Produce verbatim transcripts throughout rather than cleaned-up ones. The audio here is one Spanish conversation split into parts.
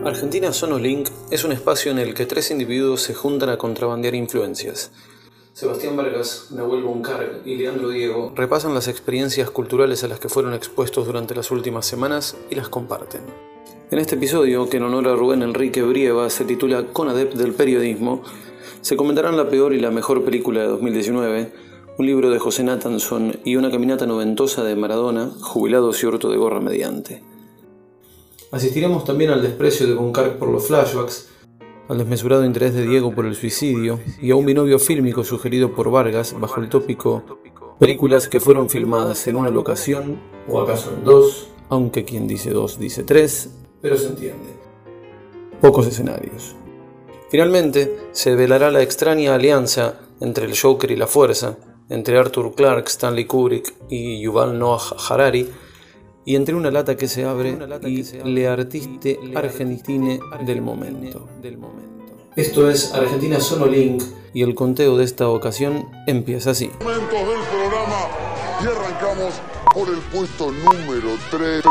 Argentina Sonolink es un espacio en el que tres individuos se juntan a contrabandear influencias. Sebastián Vargas, Nahuel Buncar y Leandro Diego repasan las experiencias culturales a las que fueron expuestos durante las últimas semanas y las comparten. En este episodio, que en honor a Rubén Enrique Brieva se titula Conadep del periodismo, se comentarán la peor y la mejor película de dos mil diecinueve, un libro de José Nathanson y una caminata noventosa de Maradona, jubilados y hurto de gorra mediante. Asistiremos también al desprecio de Buncar por los flashbacks, al desmesurado interés de Diego por el suicidio y a un binomio fílmico sugerido por Vargas bajo el tópico películas que fueron filmadas en una locación o acaso en dos, aunque quien dice dos dice tres, pero se entiende. Pocos escenarios. Finalmente, se develará la extraña alianza entre el Joker y la Fuerza, entre Arthur Clarke, Stanley Kubrick y Yuval Noah Harari, y entre una lata que se abre y le artiste argentine del momento. Esto es Argentina Sonolink y el conteo de esta ocasión empieza así. Momentos del programa y arrancamos por el puesto número tres.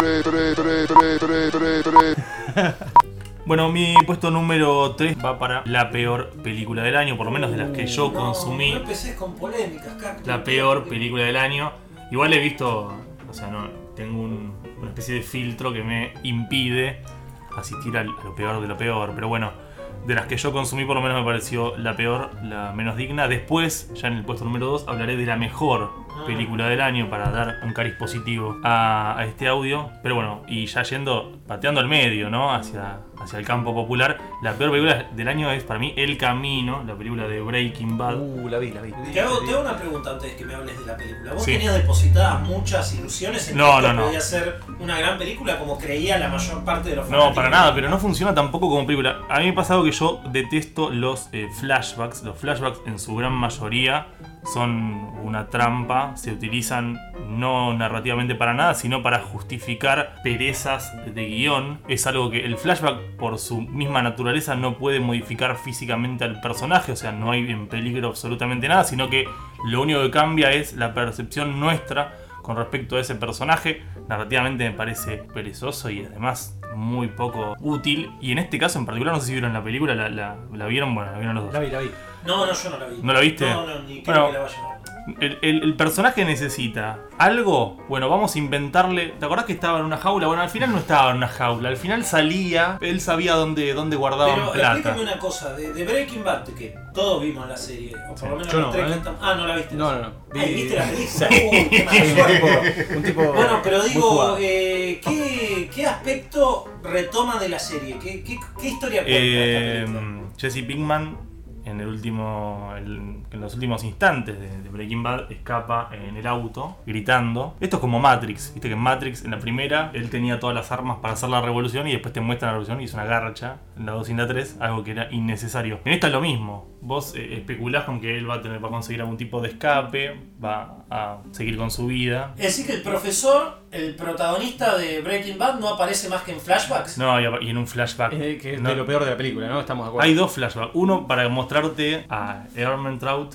Bueno, mi puesto número tres va para la peor película del año, por lo menos de las que yo no, consumí. No empecés con polémicas, Cactus. La peor película del año. Igual he visto, o sea, no tengo un, una especie de filtro que me impide asistir a lo peor de lo peor. Pero bueno, de las que yo consumí por lo menos me pareció la peor, la menos digna. Después, ya en el puesto número dos, hablaré de la mejor película del año para dar un cariz positivo a, a este audio. Pero bueno, y ya yendo, pateando al medio, ¿no? Hacia, hacia el campo popular, la peor película del año es para mí El Camino, la película de Breaking Bad. Uh, la vi, la vi. Te hago, te hago una pregunta antes de que me hables de la película. ¿Vos Sí. tenías depositadas muchas ilusiones en No, que esto no, no. podía ser una gran película como creía la mayor parte de los fanáticos? No, para nada, pero no funciona tampoco como película. A mí me ha pasado que yo detesto los eh, flashbacks. Los flashbacks en su gran mayoría son una trampa, se utilizan no narrativamente para nada, sino para justificar perezas de guión. Es algo que el flashback por su misma naturaleza no puede modificar físicamente al personaje, o sea, no hay en peligro absolutamente nada, sino que lo único que cambia es la percepción nuestra con respecto a ese personaje. Narrativamente me parece perezoso y además muy poco útil. Y en este caso en particular, no sé si vieron la película, ¿la, la, la vieron? Bueno, la vieron los dos. La vi, la vi. No, no, yo no la vi. ¿No la viste? No, no, ni creo Bueno, que la vaya a ver. El, el, el personaje necesita algo. Bueno, vamos a inventarle. ¿Te acordás que estaba en una jaula? Bueno, al final no estaba en una jaula. Al final salía. Él sabía dónde, dónde guardaban Pero plata. explícame una cosa, de, de Breaking Bad, que todos vimos la serie, o por Sí. lo menos Yo los no, tres ¿eh? que estamos... Ah, no la viste. No, no, no. Ay, ¿viste la película? Sí. Uh, qué mala Sí, suerte. un tipo, un tipo Bueno, pero muy digo, jugado. eh, ¿qué, ¿qué aspecto retoma de la serie? ¿Qué, qué, qué historia cuenta Eh, esta película? Jesse Pinkman en el último el- en los últimos instantes de, de Breaking Bad escapa en el auto gritando. Esto es como Matrix, viste que en Matrix en la primera él tenía todas las armas para hacer la revolución y después te muestran la revolución y es una garcha en la dos y en la tres, algo que era innecesario. En esta es lo mismo. Vos eh, especulás con que él va a tener va a conseguir algún tipo de escape, va a seguir con su vida. Es decir, que el profesor, el protagonista de Breaking Bad, no aparece más que en flashbacks. No, y, y en un flashback. Eh, que es No. de lo peor de la película, ¿no? Estamos de acuerdo. Hay dos flashbacks. Uno para mostrarte a Ehrmantraut,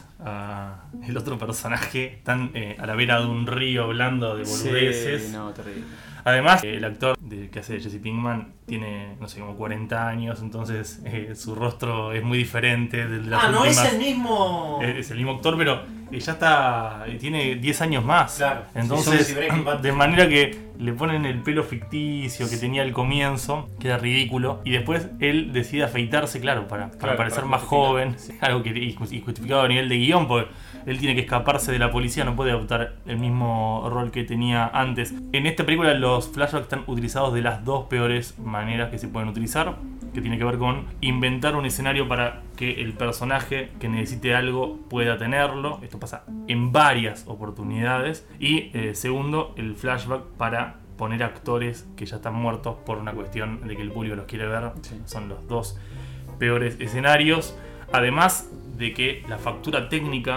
a el otro personaje, tan eh, a la vera de un río hablando de boludeces. Sí, no, terrible. Además, el actor de, que hace de Jesse Pinkman tiene, no sé, como cuarenta años, entonces eh, su rostro es muy diferente del de las Ah, no últimas. es el mismo... Es es el mismo actor, pero eh, ya está, eh, tiene diez años más. Claro. Entonces, Sí, Breaking Bad. de manera que le ponen el pelo ficticio que tenía al comienzo, queda ridículo. Y después él decide afeitarse, claro, para, para Claro, parecer para más justificar. joven. Algo que y justificado a nivel de guión, porque él tiene que escaparse de la policía, no puede adoptar el mismo rol que tenía antes. En esta película los flashbacks están utilizados de las dos peores maneras que se pueden utilizar, que tiene que ver con inventar un escenario para que el personaje que necesite algo pueda tenerlo. Esto pasa en varias oportunidades. Y eh, segundo, el flashback para poner actores que ya están muertos por una cuestión de que el público los quiere ver. Sí. Son los dos peores escenarios. Además de que la factura técnica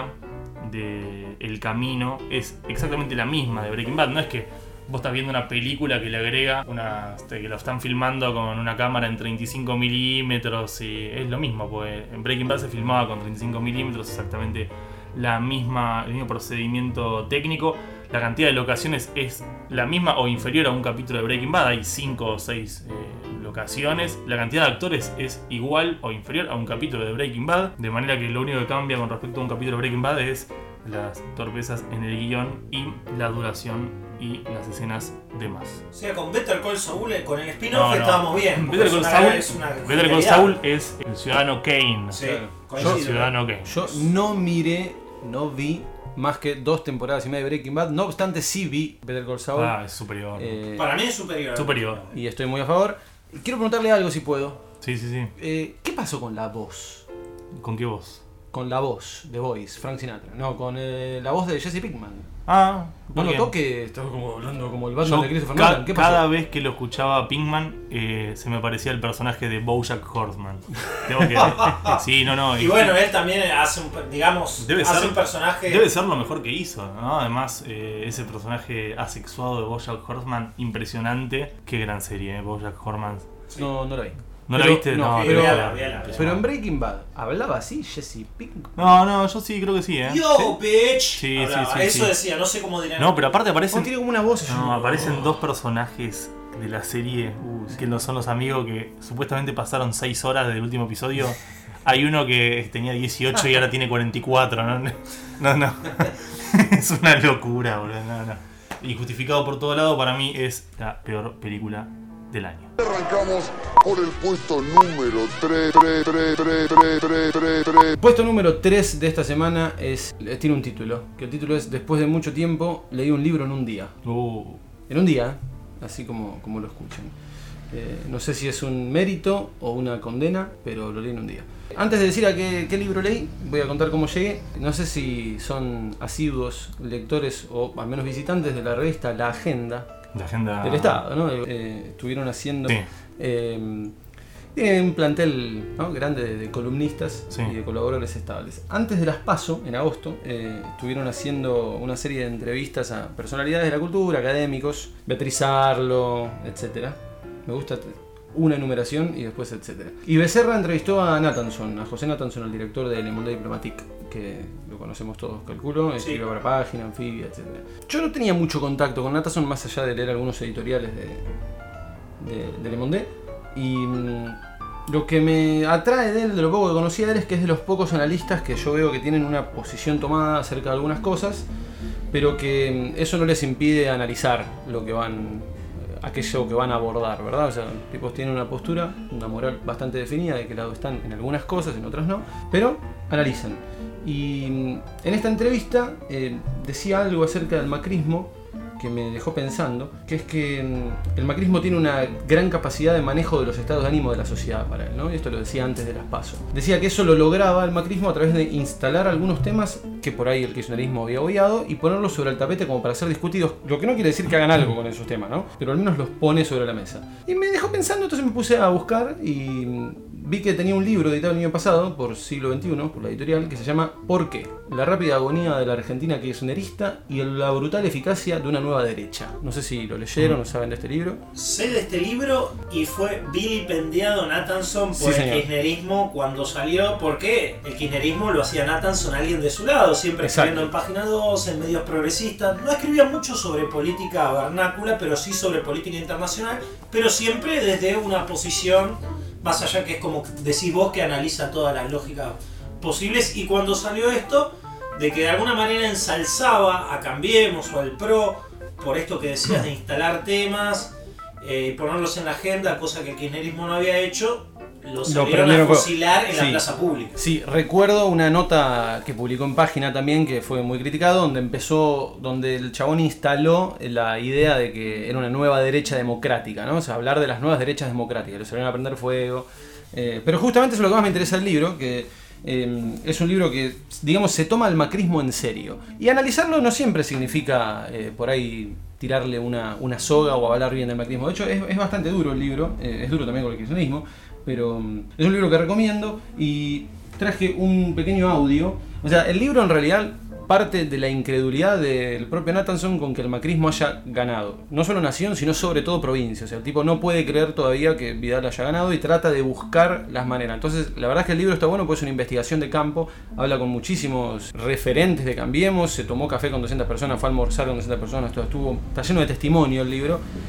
de El Camino es exactamente la misma de Breaking Bad. No es que vos estás viendo una película que le agrega una, este, que lo están filmando con una cámara en treinta y cinco milímetros y es lo mismo, porque en Breaking Bad se filmaba con treinta y cinco milímetros, exactamente la misma, el mismo procedimiento técnico. La cantidad de locaciones es la misma o inferior a un capítulo de Breaking Bad. Hay cinco o seis eh, locaciones. La cantidad de actores es igual o inferior a un capítulo de Breaking Bad, de manera que lo único que cambia con respecto a un capítulo de Breaking Bad es las torpezas en el guión y la duración y las escenas de más. O sea, con Better Call Saul, con el spin-off No, no. estábamos bien. Better Call Es una- Saul, es una Better Call genialidad. Saul es el ciudadano Kane. Sí, Claro. coincido. El ciudadano Kane. Yo no miré, no vi más que dos temporadas y media de Breaking Bad. No obstante, sí vi Better Call Saul. Ah, es superior. eh, Para mí es superior. superior. y estoy muy a favor. Quiero preguntarle algo si puedo. Sí, sí, sí. Eh, ¿Qué pasó con la voz? ¿Con qué voz? Con la voz de Voice, Frank Sinatra. No, con eh, la voz de Jesse Pinkman. Ah, ¿No ¿por qué? notó que estaba como hablando como el Batman Yo de Christopher ca- Nolan? ¿Qué pasó? cada vez que lo escuchaba a Pinkman, eh, se me parecía el personaje de BoJack Horseman. Tengo que... Sí, no, no. Y bueno, él también hace un, digamos, Debe hace ser- un personaje. Debe ser lo mejor que hizo, ¿no? Además, eh, ese personaje asexuado de BoJack Horseman, impresionante. Qué gran serie, ¿eh? BoJack Horseman. No, no la vi. ¿No la Pero- viste? no, No, pero- véala, véala, véala. Pero en Breaking Bad, ¿hablaba así Jesse Pinkman? No, no, yo sí creo que sí, ¿eh? Yo, bitch. Sí, Hablaba. sí, sí, Eso sí. decía, no sé cómo dirán. No, pero aparte No, aparecen... tiene como una voz. No, aparecen dos personajes de la serie que no son los amigos que supuestamente pasaron seis horas del último episodio. Hay uno que tenía dieciocho y ahora tiene cuarenta y cuatro, ¿no? No, no. Es una locura, boludo. No, no. Y justificado por todo lado, para mí es la peor película del año. Arrancamos por el puesto número tres, tres, tres, tres, tres, tres, tres, tres. Puesto número tres de esta semana es tiene un título, que el título es Después de mucho tiempo leí un libro en un día. Uh, En un día, así como, como lo escuchan. Eh, no sé si es un mérito o una condena, pero lo leí en un día. Antes de decir a qué, qué libro leí, voy a contar cómo llegué. No sé si son asiduos lectores o al menos visitantes de la revista La Agenda la agenda del Estado, ¿no? Eh, estuvieron haciendo... Sí. Eh, tienen un plantel, ¿no?, grande de, de columnistas, Sí. y de colaboradores estables. Antes de las PASO, en agosto, eh, estuvieron haciendo una serie de entrevistas a personalidades de la cultura, académicos, Beatriz Arlo, etcétera. Me gusta una enumeración y después etcétera. Y Becerra entrevistó a Nathanson, a José Nathanson, el director de Le Monde Diplomatique, que lo conocemos todos, calculo, escribe para Página, Anfibia, etcétera. Yo no tenía mucho contacto con Nathanson más allá de leer algunos editoriales de, de, de Le Monde. Y mm, lo que me atrae de él, de lo poco que conocía de él, es que es de los pocos analistas que yo veo que tienen una posición tomada acerca de algunas cosas, pero que mm, eso no les impide analizar lo que van, aquello que van a abordar, ¿verdad? O sea, los tipos tienen una postura, una moral bastante definida de qué lado están en algunas cosas, en otras no, pero analizan. Y mm, en esta entrevista eh, decía algo acerca del macrismo que me dejó pensando, que es que mm, el macrismo tiene una gran capacidad de manejo de los estados de ánimo de la sociedad para él, ¿no? Y esto lo decía antes de las PASO. Decía que eso lo lograba el macrismo a través de instalar algunos temas que por ahí el kirchnerismo había obviado y ponerlos sobre el tapete como para ser discutidos, lo que no quiere decir que hagan algo con esos temas, ¿no? Pero al menos los pone sobre la mesa. Y me dejó pensando, entonces me puse a buscar y mm, vi que tenía un libro editado el año pasado por Siglo veintiuno, por la editorial, que se llama ¿Por qué? La rápida agonía de la Argentina kirchnerista y la brutal eficacia de una nueva derecha. No sé si lo leyeron o saben de este libro. Sé de este libro y fue vilipendiado Nathanson por Sí, el señor. kirchnerismo cuando salió, porque el kirchnerismo lo hacía Nathanson alguien de su lado, siempre Exacto. escribiendo en Página dos, en medios progresistas. No escribía mucho sobre política vernácula, pero sí sobre política internacional, pero siempre desde una posición más allá, que es como decís vos, que analiza todas las lógicas posibles. Y cuando salió esto, de que de alguna manera ensalzaba a Cambiemos o al PRO por esto que decías de instalar temas y eh, ponerlos en la agenda, cosa que el kirchnerismo no había hecho, lo salieron prendieron a fuego. fusilar en Sí. la plaza pública. Sí, recuerdo una nota que publicó en Página también, que fue muy criticado, donde empezó, donde el chabón instaló la idea de que era una nueva derecha democrática, ¿no? O sea, hablar de las nuevas derechas democráticas, le salieron a prender fuego. Eh, pero justamente eso es lo que más me interesa del libro, que eh, es un libro que, digamos, se toma el macrismo en serio. Y analizarlo no siempre significa eh, por ahí tirarle una, una soga o hablar bien del macrismo. De hecho, es, es bastante duro el libro, eh, es duro también con el kirchnerismo, pero um, es un libro que recomiendo y traje un pequeño audio. O sea, el libro en realidad parte de la incredulidad del propio Nathanson con que el macrismo haya ganado. No solo nación, sino sobre todo provincia. O sea, el tipo no puede creer todavía que Vidal haya ganado y trata de buscar las maneras. Entonces, la verdad es que el libro está bueno porque es una investigación de campo. Habla con muchísimos referentes de Cambiemos. Se tomó café con doscientas personas, fue a almorzar con doscientas personas. Todo estuvo, está lleno de testimonio el libro.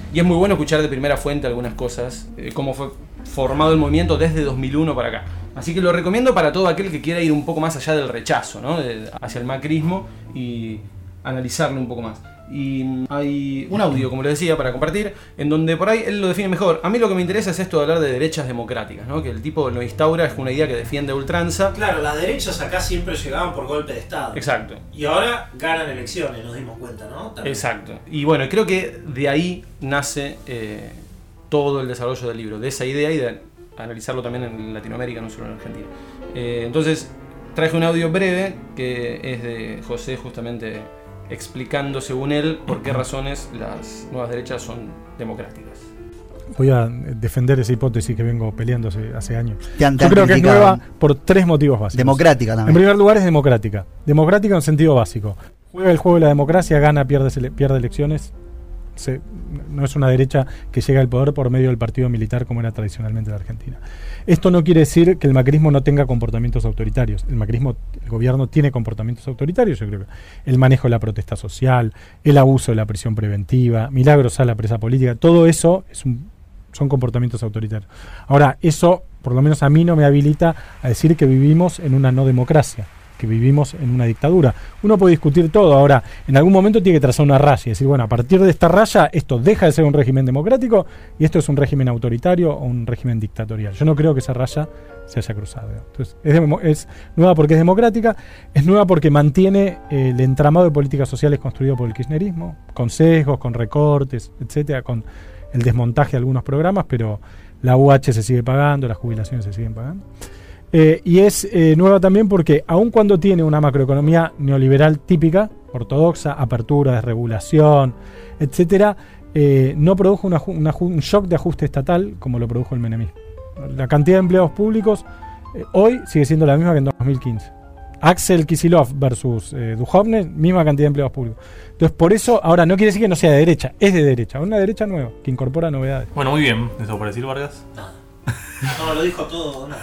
y es muy bueno escuchar de primera fuente algunas cosas, eh, cómo fue formado el movimiento desde dos mil uno para acá. Así que lo recomiendo para todo aquel que quiera ir un poco más allá del rechazo, ¿no? De, hacia el macrismo y analizarlo un poco más. Y hay un audio, como les decía, para compartir, en donde por ahí él lo define mejor. A mí lo que me interesa es esto de hablar de derechas democráticas, ¿no? Que el tipo lo instaura, es una idea que defiende a ultranza. Claro, las derechas acá siempre llegaban por golpe de Estado. Exacto. Y ahora ganan elecciones, nos dimos cuenta, ¿no? También. Exacto. Y bueno, creo que de ahí nace eh, todo el desarrollo del libro, de esa idea y de analizarlo también en Latinoamérica, no solo en Argentina. Eh, entonces, traje un audio breve que es de José, justamente explicando, según él, por qué razones las nuevas derechas son democráticas. Voy a defender esa hipótesis que vengo peleando hace, hace años. Te han, te Yo creo que es criticado. nueva por tres motivos básicos. Democrática En también. primer lugar es democrática. Democrática en sentido básico. Juega el juego de la democracia, gana, pierde, sele- pierde elecciones. Se, no es una derecha que llega al poder por medio del partido militar como era tradicionalmente en la Argentina. Esto no quiere decir que el macrismo no tenga comportamientos autoritarios. El macrismo, el gobierno tiene comportamientos autoritarios, yo creo que el manejo de la protesta social, el abuso de la prisión preventiva, Milagros a la presa política, todo eso es un, son comportamientos autoritarios. Ahora, eso por lo menos a mí no me habilita a decir que vivimos en una no democracia, que vivimos en una dictadura. Uno puede discutir todo, ahora en algún momento tiene que trazar una raya y decir, bueno, a partir de esta raya esto deja de ser un régimen democrático y esto es un régimen autoritario o un régimen dictatorial. Yo no creo que esa raya se haya cruzado. Entonces, es, demo- es nueva porque es democrática, es nueva porque mantiene eh, el entramado de políticas sociales construido por el kirchnerismo, con sesgos, con recortes, etcétera, con el desmontaje de algunos programas, pero la U H se sigue pagando, las jubilaciones se siguen pagando. Eh, y es eh, nueva también porque aun cuando tiene una macroeconomía neoliberal típica, ortodoxa, apertura, desregulación, etcétera, eh, no produjo una, una, un shock de ajuste estatal como lo produjo el menemismo. La cantidad de empleados públicos eh, hoy sigue siendo la misma que en dos mil quince. Axel Kicillof versus eh, Duhovne, misma cantidad de empleados públicos. Entonces, por eso, ahora no quiere decir que no sea de derecha, es de derecha, una derecha nueva, que incorpora novedades. Bueno, muy bien. ¿Eso por decir, Vargas? Nada. No, lo dijo todo Donato.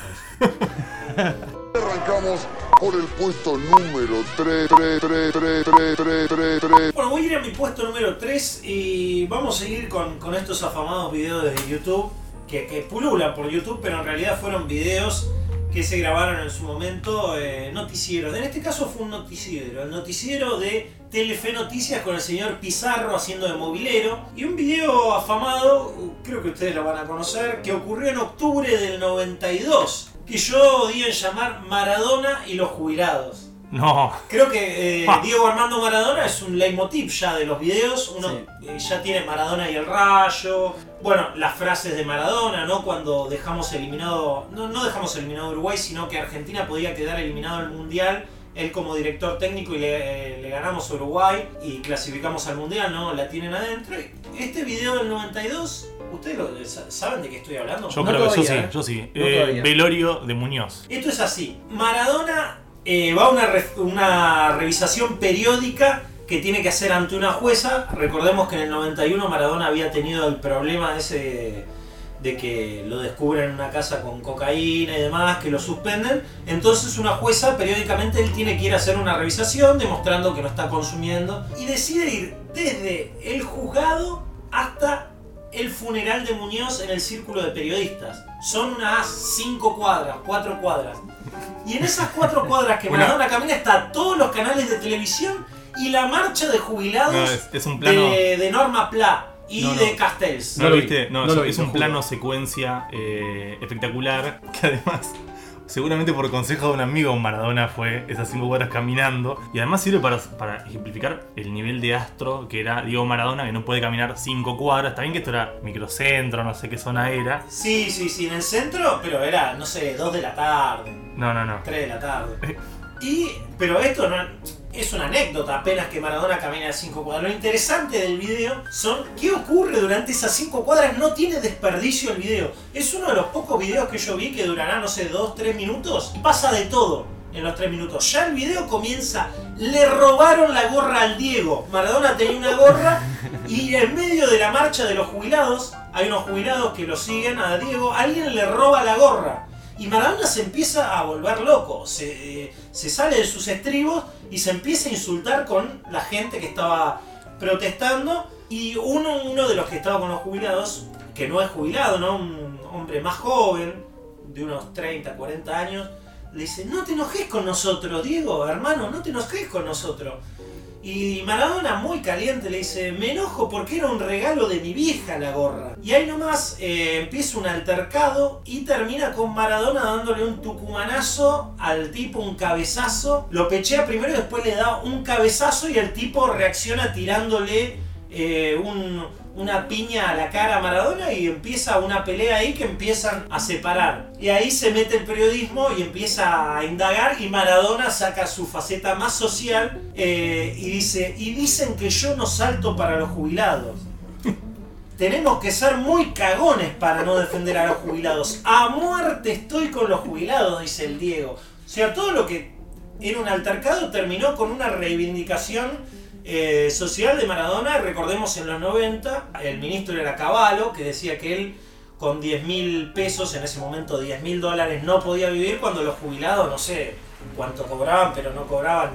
Arrancamos por el puesto número tres. Bueno, voy a ir a mi puesto número tres y vamos a seguir con, con estos afamados videos de YouTube que, que pululan por YouTube, pero en realidad fueron videos que se grabaron en su momento, eh, noticieros. En este caso fue un noticiero, el noticiero de Telefe Noticias con el señor Pizarro haciendo de movilero, y un video afamado, creo que ustedes lo van a conocer, que ocurrió en octubre del noventa y dos, que yo di en llamar Maradona y los jubilados. No. Creo que eh, Ah. Diego Armando Maradona es un leitmotiv ya de los videos. Uno Sí. eh, ya tiene Maradona y el rayo. Bueno, las frases de Maradona, ¿no? Cuando dejamos eliminado, no, no dejamos eliminado a Uruguay, sino que Argentina podía quedar eliminado del Mundial. Él como director técnico y le, eh, le ganamos a Uruguay y clasificamos al Mundial, ¿no? La tienen adentro. Este video del noventa y dos, ¿ustedes lo, saben de qué estoy hablando? Yo No creo que yo sí, todavía, ¿eh? yo sí. No Eh, todavía. Velorio de Muñoz. Esto es así. Maradona eh, va a una, re- una revisación periódica que tiene que hacer ante una jueza. Recordemos que en el noventa y uno Maradona había tenido el problema ese de que lo descubren en una casa con cocaína y demás, que lo suspenden. Entonces una jueza periódicamente él tiene que ir a hacer una revisación demostrando que no está consumiendo y decide ir desde el juzgado hasta el funeral de Muñoz en el círculo de periodistas. Son unas cinco cuadras, cuatro cuadras. Y en esas cuatro cuadras que Una- Maradona camina está todos los canales de televisión y la marcha de jubilados No, es, es un plano. de, de Norma Pla y No, no. de Castells. ¿No, No lo lo viste? vi, No, no es, lo vi, es lo un juro. plano secuencia eh, espectacular. Que además, seguramente por consejo de un amigo, Maradona fue esas cinco cuadras caminando. Y además sirve para, para ejemplificar el nivel de astro que era Diego Maradona, que no puede caminar cinco cuadras. Está bien que esto era microcentro, no sé qué zona era. Sí, sí, sí, en el centro, pero era, no sé, dos de la tarde, No, no, no. tres de la tarde. Y, pero esto no es una anécdota, apenas que Maradona camina a cinco cuadras. Lo interesante del video son qué ocurre durante esas cinco cuadras. No tiene desperdicio el video. Es uno de los pocos videos que yo vi que durará, no sé, dos, tres minutos. Y pasa de todo en los tres minutos. Ya el video comienza, le robaron la gorra al Diego. Maradona tenía una gorra y en medio de la marcha de los jubilados, hay unos jubilados que lo siguen a Diego, alguien le roba la gorra. Y Maradona se empieza a volver loco, se, eh, se sale de sus estribos y se empieza a insultar con la gente que estaba protestando. Y uno, uno de los que estaba con los jubilados, que no es jubilado, ¿no? Un hombre más joven, de unos treinta, cuarenta años, le dice, no te enojes con nosotros, Diego, hermano, no te enojes con nosotros. Y Maradona, muy caliente, le dice, me enojo porque era un regalo de mi vieja la gorra. Y ahí nomás eh, empieza un altercado y termina con Maradona dándole un tucumanazo al tipo, un cabezazo. Lo pechea primero y después le da un cabezazo y el tipo reacciona tirándole eh, un... una piña a la cara a Maradona y empieza una pelea ahí que empiezan a separar. Y ahí se mete el periodismo y empieza a indagar y Maradona saca su faceta más social eh, y dice, y dicen que yo no salto para los jubilados. Tenemos que ser muy cagones para no defender a los jubilados. A muerte estoy con los jubilados, dice el Diego. O sea, todo lo que era un altercado terminó con una reivindicación Eh, social de Maradona. Recordemos en los noventa, el ministro era Cavallo, que decía que él con diez mil pesos, en ese momento diez mil dólares, no podía vivir, cuando los jubilados, no sé cuánto cobraban, pero no cobraban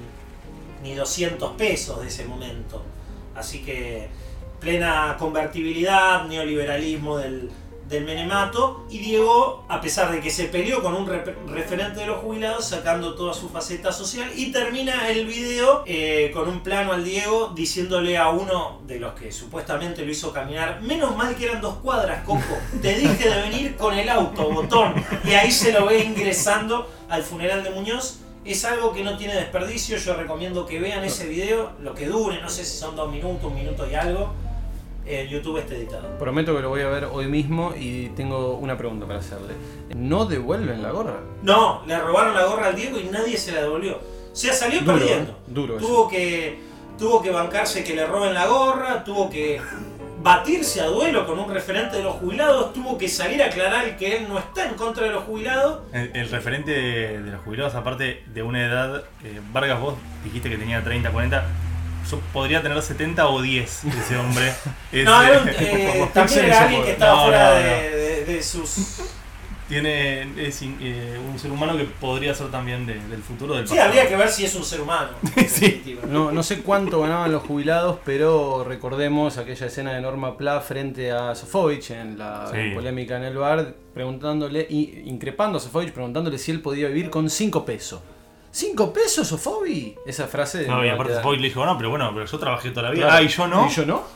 ni, ni doscientos pesos de ese momento. Así que plena convertibilidad, neoliberalismo del, del menemato, y Diego, a pesar de que se peleó con un rep- referente de los jubilados, sacando toda su faceta social, y termina el video eh, con un plano al Diego diciéndole a uno de los que supuestamente lo hizo caminar, menos mal que eran dos cuadras, Coco, te dije de venir con el auto, botón, y ahí se lo ve ingresando al funeral de Muñoz. Es algo que no tiene desperdicio, yo recomiendo que vean ese video, lo que dure, no sé si son dos minutos, un minuto y algo. En YouTube está editado. Prometo que lo voy a ver hoy mismo y tengo una pregunta para hacerle. ¿No devuelven la gorra? No, le robaron la gorra al Diego y nadie se la devolvió. O sea, salió Duro, perdiendo. ¿eh? Duro eso. Tuvo que, tuvo que bancarse que le roben la gorra, tuvo que batirse a duelo con un referente de los jubilados, tuvo que salir a aclarar que él no está en contra de los jubilados. El, el referente de, de los jubilados, aparte de una edad, eh, Vargas, vos dijiste que tenía treinta, cuarenta. Yo podría tener setenta o diez, ese hombre. Es, No, era un, eh, eh, también era alguien que estaba no, fuera no, no. De, de, de sus... Tiene, es eh, un ser humano que podría ser también de, del futuro del Sí, pasado. habría que ver si es un ser humano. Sí. No, no sé cuánto ganaban los jubilados, pero recordemos aquella escena de Norma Pla frente a Sofovich en la Sí. polémica en el bar, preguntándole, y increpando a Sofovich, preguntándole si él podía vivir con cinco pesos. ¿Cinco pesos, Sofovi? Esa frase... No, y me aparte queda- Spoy le dijo, no, pero bueno, pero yo trabajé toda la vida. Claro. Ah, y yo no. ¿Y yo no?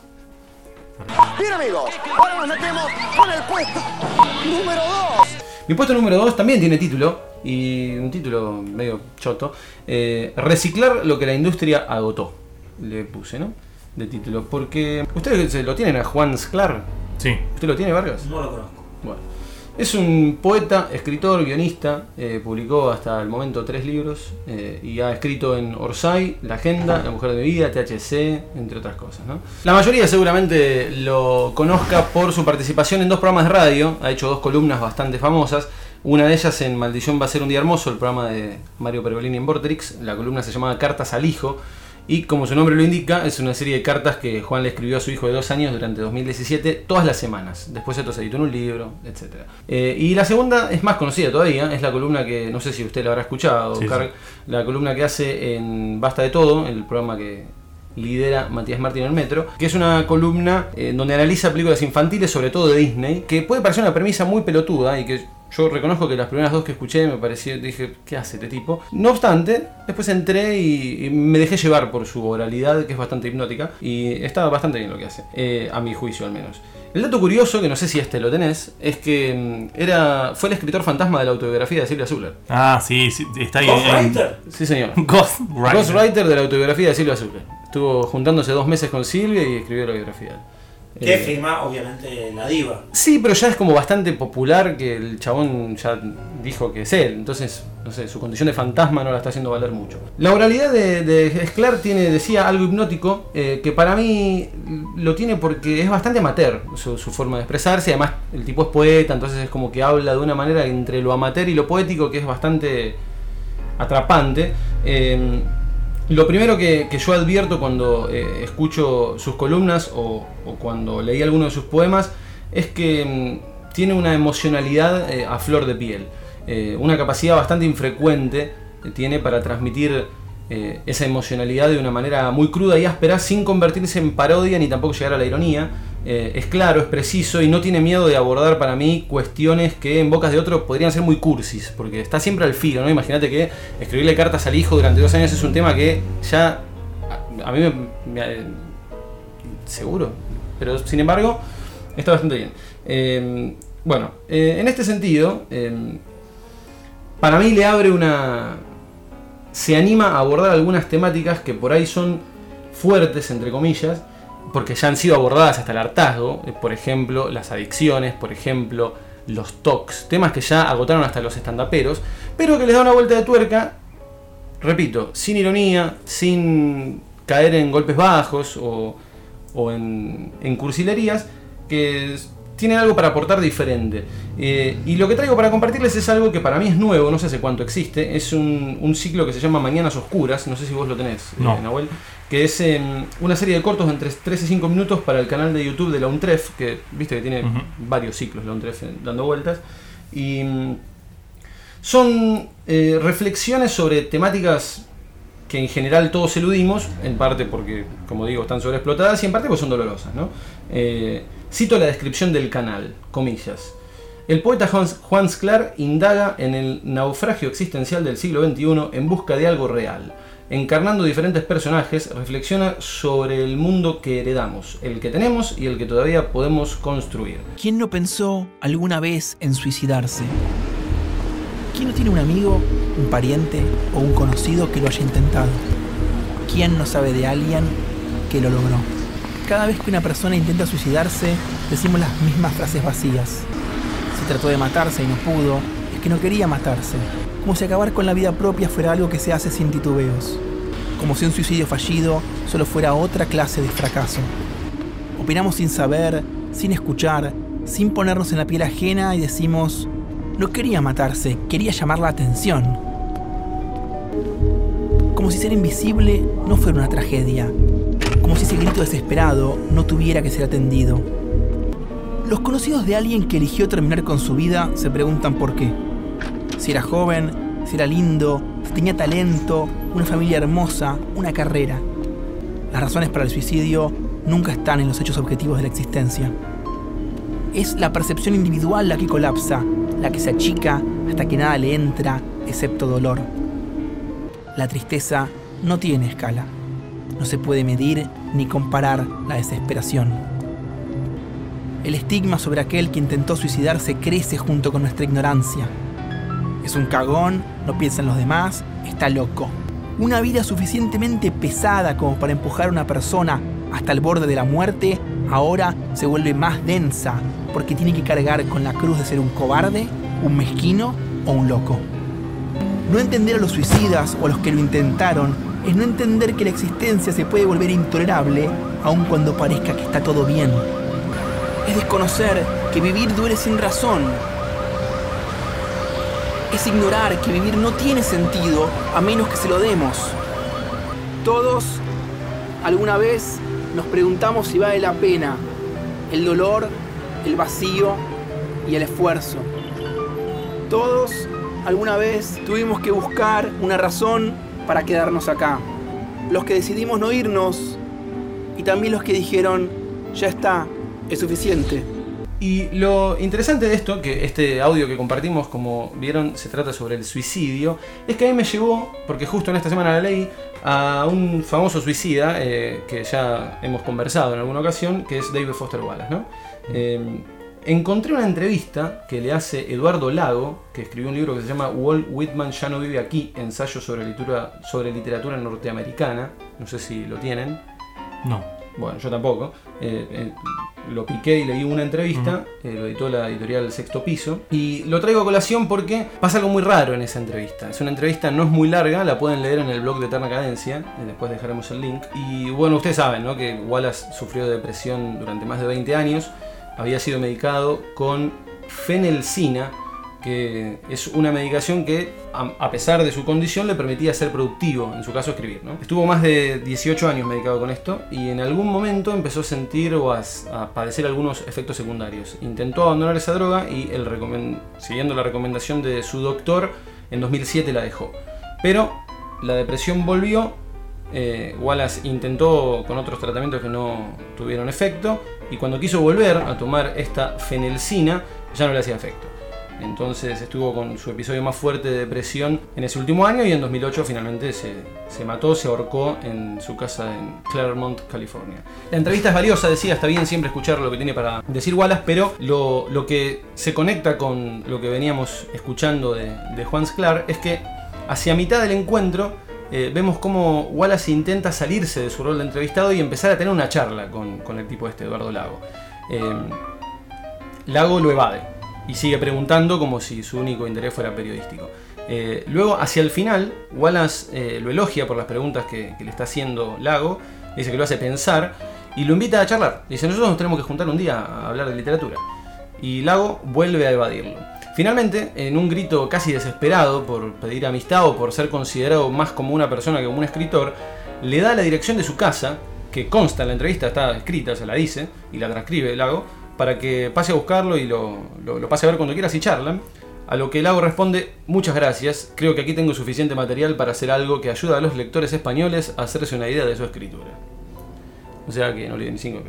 Bien amigos, ahora nos metemos con el puesto número dos. Mi puesto número dos también tiene título, y un título medio choto. Eh, reciclar lo que la industria agotó, le puse, ¿no? De título, porque... ¿Ustedes se lo tienen a Juan Sclar? Sí. ¿Usted lo tiene, Vargas? No lo conozco. Bueno, es un poeta, escritor, guionista, eh, publicó hasta el momento tres libros eh, y ha escrito en Orsay, La Agenda, La Mujer de mi Vida, T H C, entre otras cosas, ¿no? La mayoría seguramente lo conozca por su participación en dos programas de radio, ha hecho dos columnas bastante famosas, una de ellas en Maldición va a ser un día hermoso, el programa de Mario Pergolini en Vorterix, la columna se llamaba Cartas al Hijo. Y como su nombre lo indica, es una serie de cartas que Juan le escribió a su hijo de dos años durante dos mil diecisiete, todas las semanas. Después esto se editó en un libro, etcétera. Eh, y la segunda es más conocida todavía, es la columna que, no sé si usted la habrá escuchado, Sí, Carl, sí. la columna que hace en Basta de Todo, el programa que lidera Matías Martín en el Metro, que es una columna eh, donde analiza películas infantiles, sobre todo de Disney, que puede parecer una premisa muy pelotuda y que yo reconozco que las primeras dos que escuché me pareció, dije, ¿qué hace este tipo? No obstante, después entré y, y me dejé llevar por su oralidad, que es bastante hipnótica, y está bastante bien lo que hace, eh, a mi juicio al menos. El dato curioso, que no sé si este lo tenés, es que mm, era, fue el escritor fantasma de la autobiografía de Silvia Zuller. Ah, sí, sí, está ahí. Ghostwriter. Sí, señor. Ghostwriter. Ghostwriter de la autobiografía de Silvia Zuller. Estuvo juntándose dos meses con Silvia y escribió la biografía. Que Eh, firma, obviamente, la diva. Sí, pero ya es como bastante popular que el chabón ya dijo que es él. Entonces, no sé, su condición de fantasma no la está haciendo valer mucho. La oralidad de, de Sclar tiene, decía, algo hipnótico, eh, que para mí lo tiene porque es bastante amateur su, su forma de expresarse. Además, el tipo es poeta, entonces es como que habla de una manera entre lo amateur y lo poético que es bastante atrapante. Eh, Lo primero que, que yo advierto cuando eh, escucho sus columnas o, o cuando leí alguno de sus poemas es que mm, tiene una emocionalidad eh, a flor de piel, eh, una capacidad bastante infrecuente eh, tiene para transmitir eh, esa emocionalidad de una manera muy cruda y áspera, sin convertirse en parodia ni tampoco llegar a la ironía. Eh, es claro, es preciso y no tiene miedo de abordar para mí cuestiones que en bocas de otros podrían ser muy cursis, porque está siempre al filo, ¿no? Imagínate que escribirle cartas al hijo durante dos años es un tema que ya a, a mí me, me... seguro, pero sin embargo está bastante bien. Eh, bueno, eh, en este sentido, eh, para mí le abre una... se anima a abordar algunas temáticas que por ahí son fuertes, entre comillas, porque ya han sido abordadas hasta el hartazgo, por ejemplo, las adicciones, por ejemplo, los tocs, temas que ya agotaron hasta los estandaperos, pero que les da una vuelta de tuerca, repito, sin ironía, sin caer en golpes bajos o, o en, en cursilerías, que tienen algo para aportar diferente. Eh, y lo que traigo para compartirles es algo que para mí es nuevo, no sé hace cuánto existe, es un, un ciclo que se llama Mañanas Oscuras, no sé si vos lo tenés, no. eh, Nahuel, que es eh, una serie de cortos de entre tres y cinco minutos para el canal de YouTube de la UNTREF, que viste que tiene uh-huh. varios ciclos la UNTREF dando vueltas, y mm, son eh, reflexiones sobre temáticas que en general todos eludimos, en parte porque, como digo, están sobreexplotadas y en parte porque son dolorosas, ¿no? Eh, cito la descripción del canal, comillas. El poeta Hans, Juan Sclar indaga en el naufragio existencial del siglo veintiuno en busca de algo real. Encarnando diferentes personajes, reflexiona sobre el mundo que heredamos, el que tenemos y el que todavía podemos construir. ¿Quién no pensó alguna vez en suicidarse? ¿Quién no tiene un amigo, un pariente o un conocido que lo haya intentado? ¿Quién no sabe de alguien que lo logró? Cada vez que una persona intenta suicidarse, decimos las mismas frases vacías. Si trató de matarse y no pudo, es que no quería matarse. Como si acabar con la vida propia fuera algo que se hace sin titubeos. Como si un suicidio fallido solo fuera otra clase de fracaso. Opinamos sin saber, sin escuchar, sin ponernos en la piel ajena y decimos: no quería matarse, quería llamar la atención. Como si ser invisible no fuera una tragedia. Como si ese grito desesperado no tuviera que ser atendido. Los conocidos de alguien que eligió terminar con su vida se preguntan por qué. Si era joven, si era lindo, si tenía talento, una familia hermosa, una carrera. Las razones para el suicidio nunca están en los hechos objetivos de la existencia. Es la percepción individual la que colapsa, la que se achica hasta que nada le entra, excepto dolor. La tristeza no tiene escala. No se puede medir ni comparar la desesperación. El estigma sobre aquel que intentó suicidarse crece junto con nuestra ignorancia. Es un cagón, no piensa en los demás, está loco. Una vida suficientemente pesada como para empujar a una persona hasta el borde de la muerte, ahora se vuelve más densa porque tiene que cargar con la cruz de ser un cobarde, un mezquino o un loco. No entender a los suicidas o a los que lo intentaron es no entender que la existencia se puede volver intolerable aun cuando parezca que está todo bien. Es desconocer que vivir duele sin razón. Es ignorar que vivir no tiene sentido a menos que se lo demos. Todos, alguna vez, nos preguntamos si vale la pena el dolor, el vacío y el esfuerzo. Todos, alguna vez, tuvimos que buscar una razón para quedarnos acá. Los que decidimos no irnos y también los que dijeron: ya está, es suficiente. Y lo interesante de esto, que este audio que compartimos, como vieron, se trata sobre el suicidio, es que a mí me llevó, porque justo en esta semana la leí, a un famoso suicida eh, que ya hemos conversado en alguna ocasión, que es David Foster Wallace, ¿no? Eh, encontré una entrevista que le hace Eduardo Lago, que escribió un libro que se llama Walt Whitman ya no vive aquí, ensayo sobre literatura, sobre literatura norteamericana. No sé si lo tienen. No. Bueno, yo tampoco. Eh, eh, lo piqué y leí una entrevista, uh-huh. eh, lo editó la editorial Sexto Piso, y lo traigo a colación porque pasa algo muy raro en esa entrevista. Es una entrevista, no es muy larga, la pueden leer en el blog de Eterna Cadencia, eh, después dejaremos el link. Y bueno, ustedes saben, ¿no?, que Wallace sufrió de depresión durante más de veinte años, había sido medicado con fenelcina, que es una medicación que, a pesar de su condición, le permitía ser productivo, en su caso escribir, ¿no? Estuvo más de dieciocho años medicado con esto y en algún momento empezó a sentir o a, a padecer algunos efectos secundarios. Intentó abandonar esa droga y, el recomend- siguiendo la recomendación de su doctor, en dos mil siete la dejó. Pero la depresión volvió. eh, Wallace intentó con otros tratamientos que no tuvieron efecto, y cuando quiso volver a tomar esta fenelcina ya no le hacía efecto. Entonces estuvo con su episodio más fuerte de depresión en ese último año, y en dos mil ocho finalmente se, se mató, se ahorcó en su casa en Claremont, California. La entrevista es valiosa, decía, está bien siempre escuchar lo que tiene para decir Wallace, pero lo, lo que se conecta con lo que veníamos escuchando de, de Juan Sclar es que hacia mitad del encuentro eh, vemos cómo Wallace intenta salirse de su rol de entrevistado y empezar a tener una charla con, con el tipo este, Eduardo Lago. Eh, Lago lo evade y sigue preguntando como si su único interés fuera periodístico. Eh, luego, hacia el final, Wallace eh, lo elogia por las preguntas que, que le está haciendo Lago, dice que lo hace pensar y lo invita a charlar. Dice, nosotros nos tenemos que juntar un día a hablar de literatura. Y Lago vuelve a evadirlo. Finalmente, en un grito casi desesperado por pedir amistad o por ser considerado más como una persona que como un escritor, le da la dirección de su casa, que consta en la entrevista, está escrita, se la dice, y la transcribe Lago, para que pase a buscarlo y lo, lo, lo pase a ver cuando quieras y charlan. A lo que Lago responde, muchas gracias, creo que aquí tengo suficiente material para hacer algo que ayuda a los lectores españoles a hacerse una idea de su escritura. O sea que no le di ni cinco,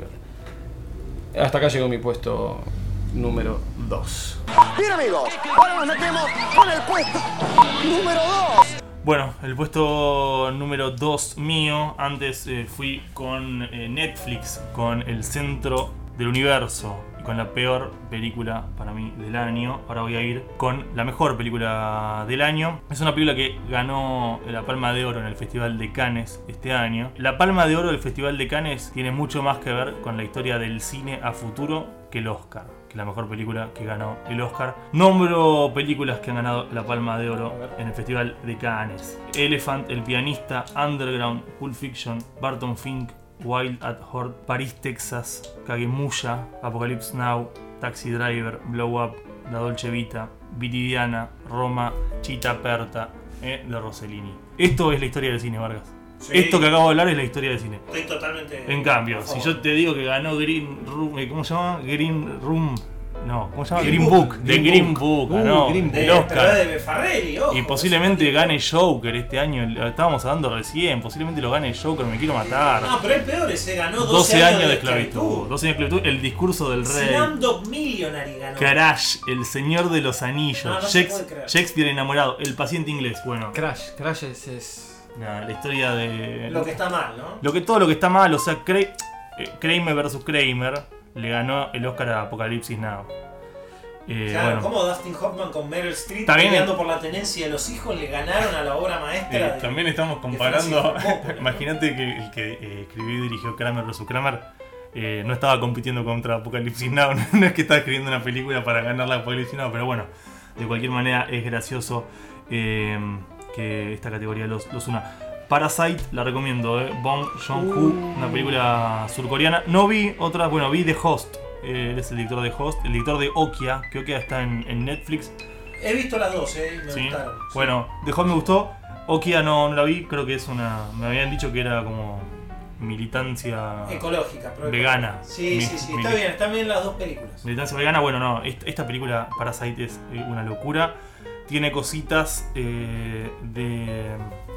creo. Hasta acá llegó mi puesto número dos. Bien, amigos, ahora nos metemos con el puesto número dos. Bueno, el puesto número dos mío, antes eh, fui con eh, Netflix, con El Centro del Universo y con la peor película para mí del año. Ahora voy a ir con la mejor película del año. Es una película que ganó la Palma de Oro en el Festival de Cannes este año. La Palma de Oro del Festival de Cannes tiene mucho más que ver con la historia del cine a futuro que el Oscar, que la mejor película que ganó el Oscar. Nombro películas que han ganado la Palma de Oro en el Festival de Cannes: Elephant, El Pianista, Underground, Pulp Fiction, Barton Fink, Wild at Heart, París, Texas, Kagemusha, Apocalypse Now, Taxi Driver, Blow Up, La Dolce Vita, Viridiana, Roma, Città Aperta, eh, de Rossellini. Esto es la historia del cine, Vargas. Sí. Esto que acabo de hablar es la historia del cine. Estoy totalmente. En cambio, si yo te digo que ganó Green Room, ¿cómo se llama? Green Room. No, ¿cómo se llama? Green, Green Book. De Green, Green Book, Book. ganó Uh, Green el de, Oscar. De Farrelly, ojo, y posiblemente gane Joker este año. Lo estábamos hablando recién. Posiblemente lo gane Joker, me quiero matar. No, pero el peor es que ganó doce, doce años, años de esclavitud. doce años de esclavitud. El discurso del rey. Slumdog Millionaire ganó. Crash, El Señor de los Anillos. No, no Shakespeare, Shakespeare enamorado. El paciente inglés. Bueno. Crash, Crash es... es... Nah, la historia de... Lo que está mal, ¿no? Lo que, todo lo que está mal. O sea, Cra eh, Kramer versus Kramer le ganó el Oscar a Apocalipsis Now. Eh, claro, bueno. como Dustin Hoffman con Meryl Streep También peleando por la tenencia de los hijos le ganaron a la obra maestra. Eh, de, también estamos comparando. Imagínate que el que eh, escribió y dirigió Kramer versus Kramer eh, no estaba compitiendo contra Apocalipsis Now. No es que estaba escribiendo una película para ganar la Apocalipsis Now, pero bueno, de cualquier manera es gracioso eh, que esta categoría los, los una. Parasite, la recomiendo, eh. Bong Joon-ho, una película surcoreana. No vi otras, bueno, vi The Host. Él es el director de Host, el director de Okja, que Okja está en, en Netflix. He visto las dos, eh, me ¿Sí? gustaron. Bueno, The Host me gustó, Okja no, no la vi, creo que es una... Me habían dicho que era como militancia... Ecológica, pero vegana. Sí, Mi, sí, sí, mili- está bien, están bien las dos películas. Militancia vegana, bueno, no, esta, esta película Parasite es eh, una locura. Tiene cositas eh, de...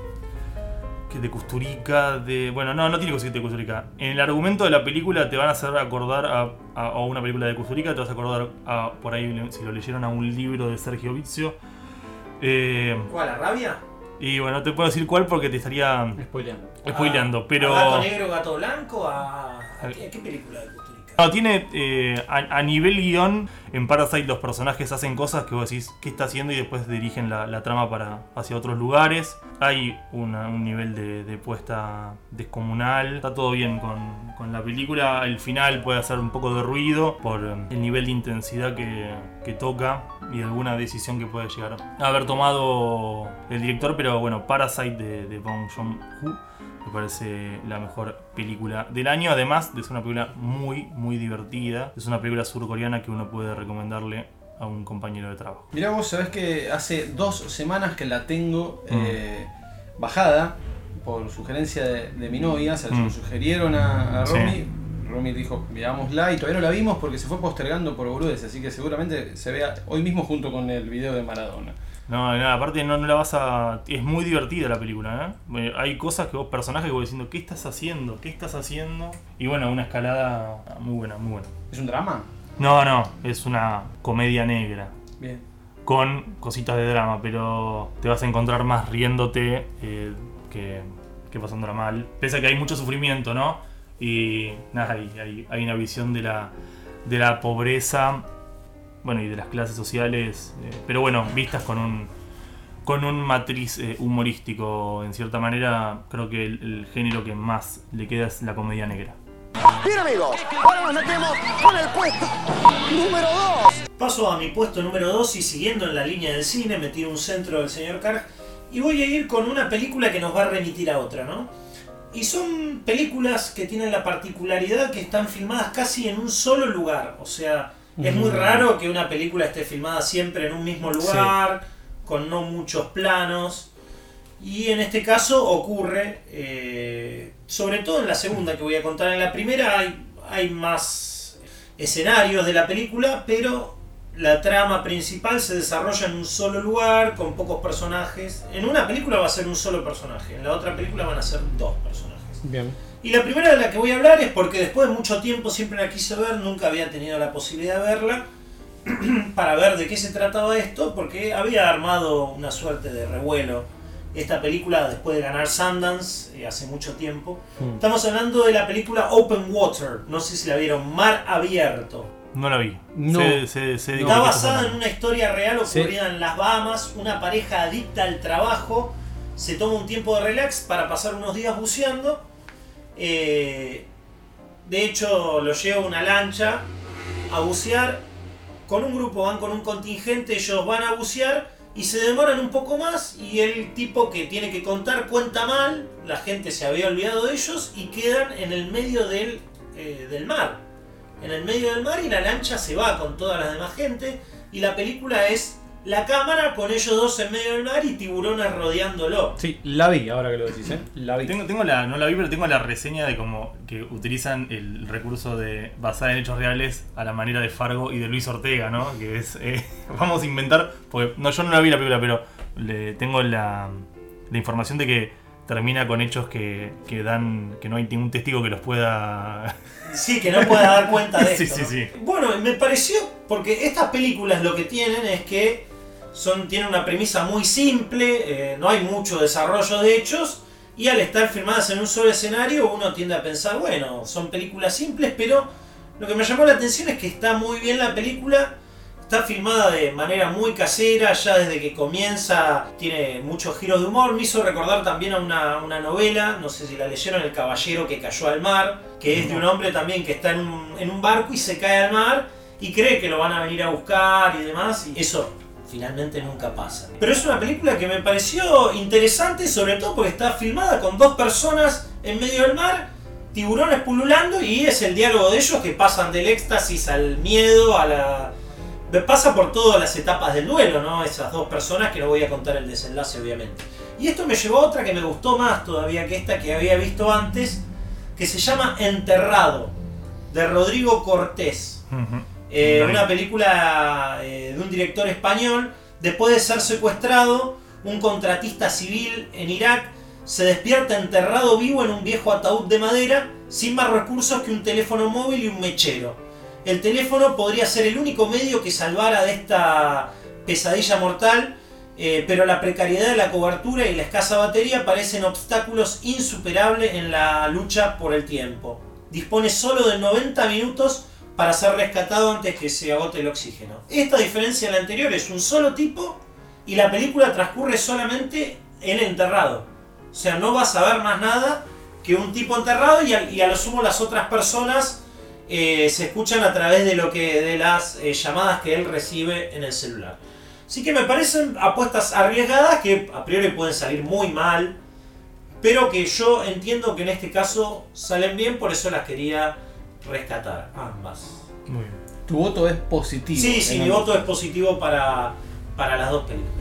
de Kusturica, de... Bueno, no, no tiene cositas de Kusturica. En el argumento de la película te van a hacer acordar a, a, a una película de Kusturica, te vas a acordar a, por ahí, si lo leyeron, a un libro de Sergio Vizio. Eh, ¿Cuál, la rabia? y bueno, no te puedo decir cuál porque te estaría Spoileando. spoileando, pero... ¿A Gato Negro, Gato Blanco? ¿A, a, qué, a qué película de Kusturica? No, tiene eh, a, a nivel guión, en Parasite los personajes hacen cosas que vos decís qué está haciendo y después dirigen la, la trama para hacia otros lugares. Hay una, un nivel de, de puesta descomunal. Está todo bien con, con la película. El final puede hacer un poco de ruido por eh, el nivel de intensidad que, que toca y alguna decisión que puede llegar a haber tomado el director. Pero bueno, Parasite de, de Bong Joon-ho me parece la mejor película del año, además de ser una película muy, muy divertida. Es una película surcoreana que uno puede recomendarle a un compañero de trabajo. Mirá vos, sabés que hace dos semanas que la tengo Mm. eh, bajada por sugerencia de, de mi novia, se la Mm. sugirieron a, a Sí. Romy. Romy dijo, veámosla y todavía no la vimos porque se fue postergando por boludeces, así que seguramente se vea hoy mismo junto con el video de Maradona. No, no, aparte no, no la vas a... Es muy divertida la película, ¿eh? Hay cosas que vos, personajes que vos diciendo, ¿qué estás haciendo? ¿Qué estás haciendo? Y bueno, una escalada muy buena, muy buena. ¿Es un drama? No, no, es una comedia negra. Bien. Con cositas de drama, pero te vas a encontrar más riéndote eh, que, que pasándola mal. Pese a que hay mucho sufrimiento, ¿no? Y nada, hay, hay, hay una visión de la, de la pobreza, bueno, y de las clases sociales, eh, pero bueno, vistas con un con un matriz eh, humorístico. En cierta manera, creo que el, el género que más le queda es la comedia negra. Bien amigos, ahora nos metemos con el puesto número dos. Paso a mi puesto número dos y siguiendo en la línea del cine, me tiro un centro del señor Karg y voy a ir con una película que nos va a remitir a otra, ¿no? Y son películas que tienen la particularidad que están filmadas casi en un solo lugar. O sea, mm. es muy raro que una película esté filmada siempre en un mismo lugar, sí. con no muchos planos. Y en este caso ocurre, eh, sobre todo en la segunda que voy a contar. En la primera hay, hay más escenarios de la película, pero la trama principal se desarrolla en un solo lugar, con pocos personajes. En una película va a ser un solo personaje, en la otra película van a ser dos personajes. Bien. Y la primera de la que voy a hablar es porque después de mucho tiempo siempre la quise ver, nunca había tenido la posibilidad de verla, para ver de qué se trataba esto, porque había armado una suerte de revuelo esta película después de ganar Sundance eh, hace mucho tiempo. Mm. Estamos hablando de la película Open Water, no sé si la vieron, Mar Abierto. No la vi. No. Se, se, se Está basada en una historia real ocurrida sí. en las Bahamas. Una pareja adicta al trabajo se toma un tiempo de relax para pasar unos días buceando. Eh, de hecho, lo lleva una lancha a bucear con un grupo, van con un contingente, ellos van a bucear y se demoran un poco más y el tipo que tiene que contar cuenta mal, la gente se había olvidado de ellos y quedan en el medio del, eh, del mar. En el medio del mar y la lancha se va con toda la demás gente y la película es la cámara con ellos dos en medio del mar y tiburones rodeándolo. Sí, la vi, ahora que lo decís, ¿eh? La vi. Tengo, tengo la, no la vi, pero tengo la reseña de cómo que utilizan el recurso de basada en hechos reales a la manera de Fargo y de Luis Ortega, ¿no? Que es, eh, vamos a inventar, porque no, yo no la vi la película, pero le tengo la, la información de que termina con hechos que, que dan, que no hay ningún testigo que los pueda... Sí, que no pueda dar cuenta de esto. Sí, sí, ¿no? sí. Bueno, me pareció, porque estas películas lo que tienen es que son, tienen una premisa muy simple, eh, no hay mucho desarrollo de hechos, y al estar filmadas en un solo escenario uno tiende a pensar, bueno, son películas simples, pero lo que me llamó la atención es que está muy bien la película, está filmada de manera muy casera, ya desde que comienza tiene muchos giros de humor, me hizo recordar también a una, una novela, no sé si la leyeron, El caballero que cayó al mar, que es de un hombre también que está en un, en un barco y se cae al mar y cree que lo van a venir a buscar y demás, y eso finalmente nunca pasa. Pero es una película que me pareció interesante, sobre todo porque está filmada con dos personas en medio del mar, tiburones pululando, y es el diálogo de ellos que pasan del éxtasis al miedo, a la... pasa por todas las etapas del duelo, ¿no? Esas dos personas, que no voy a contar el desenlace obviamente. Y esto me llevó a otra que me gustó más todavía que esta que había visto antes, que se llama Enterrado, de Rodrigo Cortés. Uh-huh. Eh, una película eh, de un director español. Después de ser secuestrado, un contratista civil en Irak se despierta enterrado vivo en un viejo ataúd de madera, sin más recursos que un teléfono móvil y un mechero. El teléfono podría ser el único medio que salvara de esta pesadilla mortal, eh, pero la precariedad de la cobertura y la escasa batería parecen obstáculos insuperables en la lucha por el tiempo. Dispone solo de noventa minutos para ser rescatado antes que se agote el oxígeno. Esta diferencia de la anterior es un solo tipo y la película transcurre solamente en enterrado. O sea, no vas a ver más nada que un tipo enterrado y a, y a lo sumo las otras personas eh, se escuchan a través de lo que de las eh, llamadas que él recibe en el celular. Así que me parecen apuestas arriesgadas que a priori pueden salir muy mal, pero que yo entiendo que en este caso salen bien, por eso las quería rescatar ambas. Muy bien. Tu voto es positivo. Sí, sí, mi voto es positivo para, para las dos películas.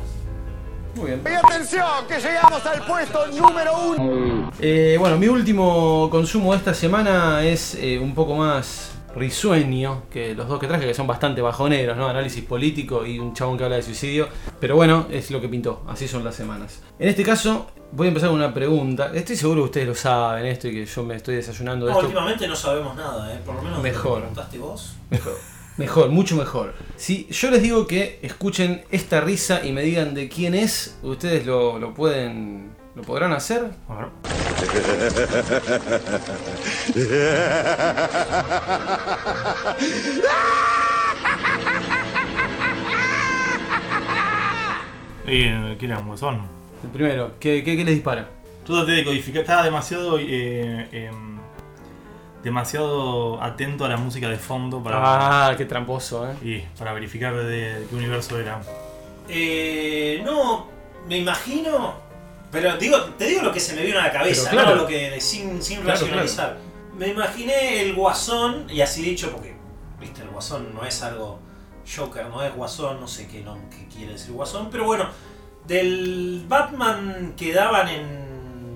Muy bien. Y atención, que llegamos al puesto número uno. Eh, bueno, mi último consumo de esta semana es eh, un poco más risueño que los dos que traje, que son bastante bajoneros, ¿no? Análisis político y un chabón que habla de suicidio. Pero bueno, es lo que pintó, así son las semanas. En este caso, voy a empezar con una pregunta. Estoy seguro que ustedes lo saben esto y que yo me estoy desayunando de no, esto. Últimamente no sabemos nada, ¿eh? Por lo menos mejor. ¿Te lo preguntaste vos? Mejor. Mejor, mucho mejor. Si yo les digo que escuchen esta risa y me digan de quién es, ustedes lo, lo pueden... ¿Lo podrán hacer? A ver. ¿Y quién era un Guasón? El primero, ¿qué, qué, qué les dispara? Yo traté de codificar, estaba demasiado eh, eh, demasiado atento a la música de fondo para, Ah, qué tramposo, ¿eh? y para verificar de, de qué universo era. Eh, no, me imagino, pero digo, te digo lo que se me vino a la cabeza, Pero claro. no lo que sin, sin Claro, racionalizar. Me imaginé el Guasón, y así dicho porque, viste, el Guasón no es algo, Joker no es Guasón, no sé qué, no, qué quiere decir Guasón, pero bueno, del Batman que daban en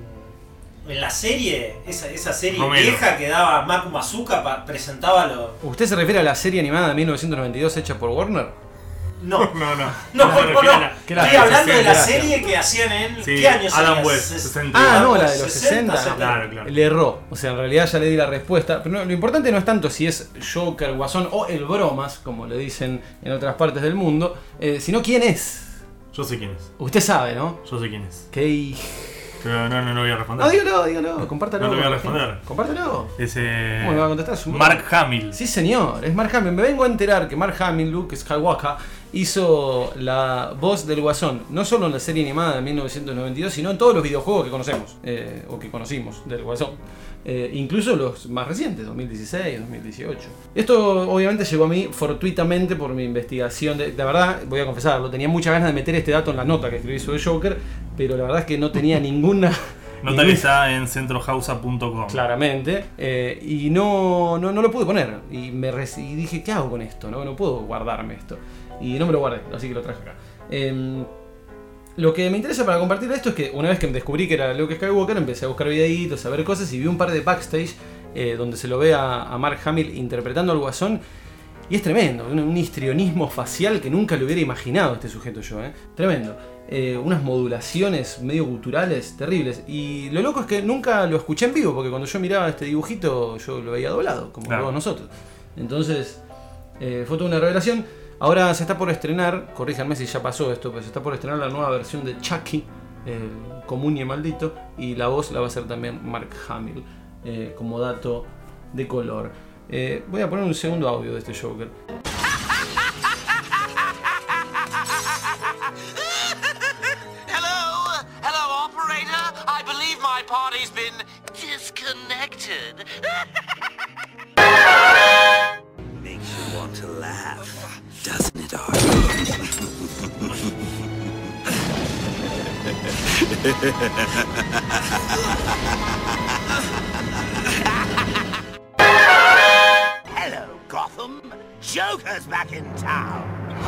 en la serie, esa, esa serie Romero. vieja que daba Maku Mazuka, pa, presentaba los... ¿Usted se refiere a la serie animada de mil novecientos noventa y dos hecha por Warner? No, No, no. no, Me no, refiero no. a la- Claro, Estoy hablando de la gracias. serie que hacían en... Sí, ¿Qué año Adam sería? West, Ses- sesenta. Ah, no, Adam la West, de los sesenta, sesenta. setenta. Claro, claro. Le erró. O sea, en realidad ya le di la respuesta. Pero no, lo importante no es tanto si es Joker, Guasón o el Bromas, como le dicen en otras partes del mundo, eh, sino quién es. Yo sé quién es. Usted sabe, ¿no? Yo sé quién es. Que... Pero no, no, no voy a responder. No, dígalo, dígalo, compártalo. No te voy a con la responder. gente. Compártelo. Ese. ¿Cómo me va a contestar? Su- Mark Hamill. Sí, señor, es Mark Hamill. Me vengo a enterar que Mark Hamill, Luke Skywalker, hizo la voz del Guasón, no solo en la serie animada de mil novecientos noventa y dos, sino en todos los videojuegos que conocemos, eh, o que conocimos del Guasón. Eh, incluso los más recientes, dos mil dieciséis, dos mil dieciocho. Esto obviamente llegó a mí fortuitamente por mi investigación. De, de verdad, voy a confesarlo, tenía muchas ganas de meter este dato en la nota que escribí sobre Joker, pero la verdad es que no tenía ninguna... Nota que está en centrohausa punto com. Claramente, eh, y no, no, no lo pude poner. Y me res- y dije, ¿qué hago con esto? No, no puedo guardarme esto. Y no me lo guardé, así que lo traje acá. Eh, lo que me interesa para compartir esto es que una vez que descubrí que era Luke Skywalker, empecé a buscar videitos, a ver cosas y vi un par de backstage eh, donde se lo ve a, a Mark Hamill interpretando al Guasón. Y es tremendo, un, un histrionismo facial que nunca lo hubiera imaginado este sujeto yo, ¿eh? Tremendo. Eh, unas modulaciones medio guturales terribles. Y lo loco es que nunca lo escuché en vivo, porque cuando yo miraba este dibujito yo lo veía doblado, como Claro. todos nosotros. Entonces, eh, fue toda una revelación. Ahora se está por estrenar, corríjanme si ya pasó esto, pero se está por estrenar la nueva versión de Chucky, el común y maldito, y la voz la va a hacer también Mark Hamill, eh, como dato de color. Eh, voy a poner un segundo audio de este Joker. Hello? Hello, operator? I believe my party's been disconnected. Makes you want to laugh, doesn't it, Hello, Gotham. Joker's back in town.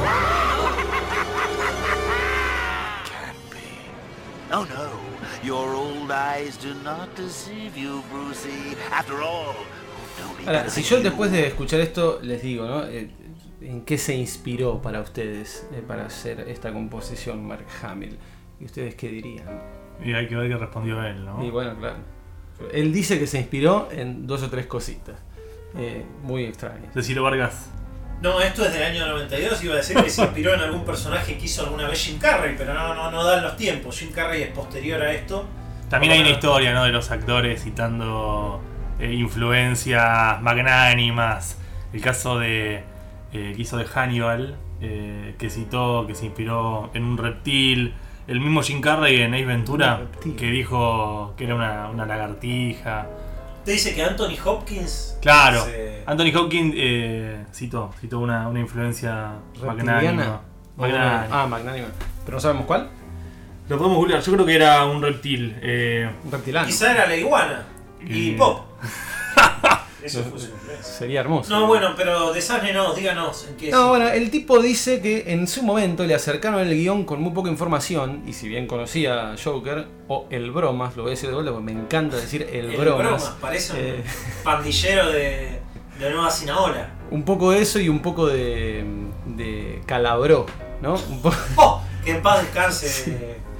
Can't be. Oh no, your old eyes do not deceive you, Brucey. After all, don't need Ahora, to si think yo you- después de escuchar esto les digo, ¿no? Eh, ¿En qué se inspiró para ustedes eh, para hacer esta composición Mark Hamill? ¿Y ustedes qué dirían? Y hay que ver qué respondió él, ¿no? Y bueno, claro. Él dice que se inspiró en dos o tres cositas. Eh, muy extrañas. Cecilio Vargas. No, esto es del año noventa y dos, iba a decir que se inspiró en algún personaje que hizo alguna vez Jim Carrey, pero no, no, no dan los tiempos. Jim Carrey es posterior a esto. También hay una Bueno, historia, ¿no? De los actores citando eh, influencias magnánimas. El caso de eh, que hizo de Hannibal, eh, que citó, que se inspiró en un reptil. El mismo Jim Carrey en Ace Ventura, Un reptil. que dijo que era una, una lagartija. Te dice que Anthony Hopkins. Claro, se- Anthony Hopkins eh, citó, citó una, una influencia magnánima. ¿Reptiliana? Magnánima. Ah, magnánima. Pero no sabemos cuál. Lo podemos googlear, yo creo que era un reptil. Eh, Un reptilano. Quizá era la iguana. Y Eh. Pop. Eso fue su influencia. Sería hermoso. No, bueno, pero desasne no, díganos en qué. No, bueno, el tipo dice que en su momento le acercaron el guión con muy poca información, y si bien conocía a Joker, o el Bromas, lo voy a decir de vuelta porque me encanta decir el, El Bromas. Bromas, parece un Eh, pandillero de, De nuevo sin ahora. Un poco de eso y un poco de, de Calabró, ¿no? Un poco... ¡Oh! Que en paz descanse. Sí.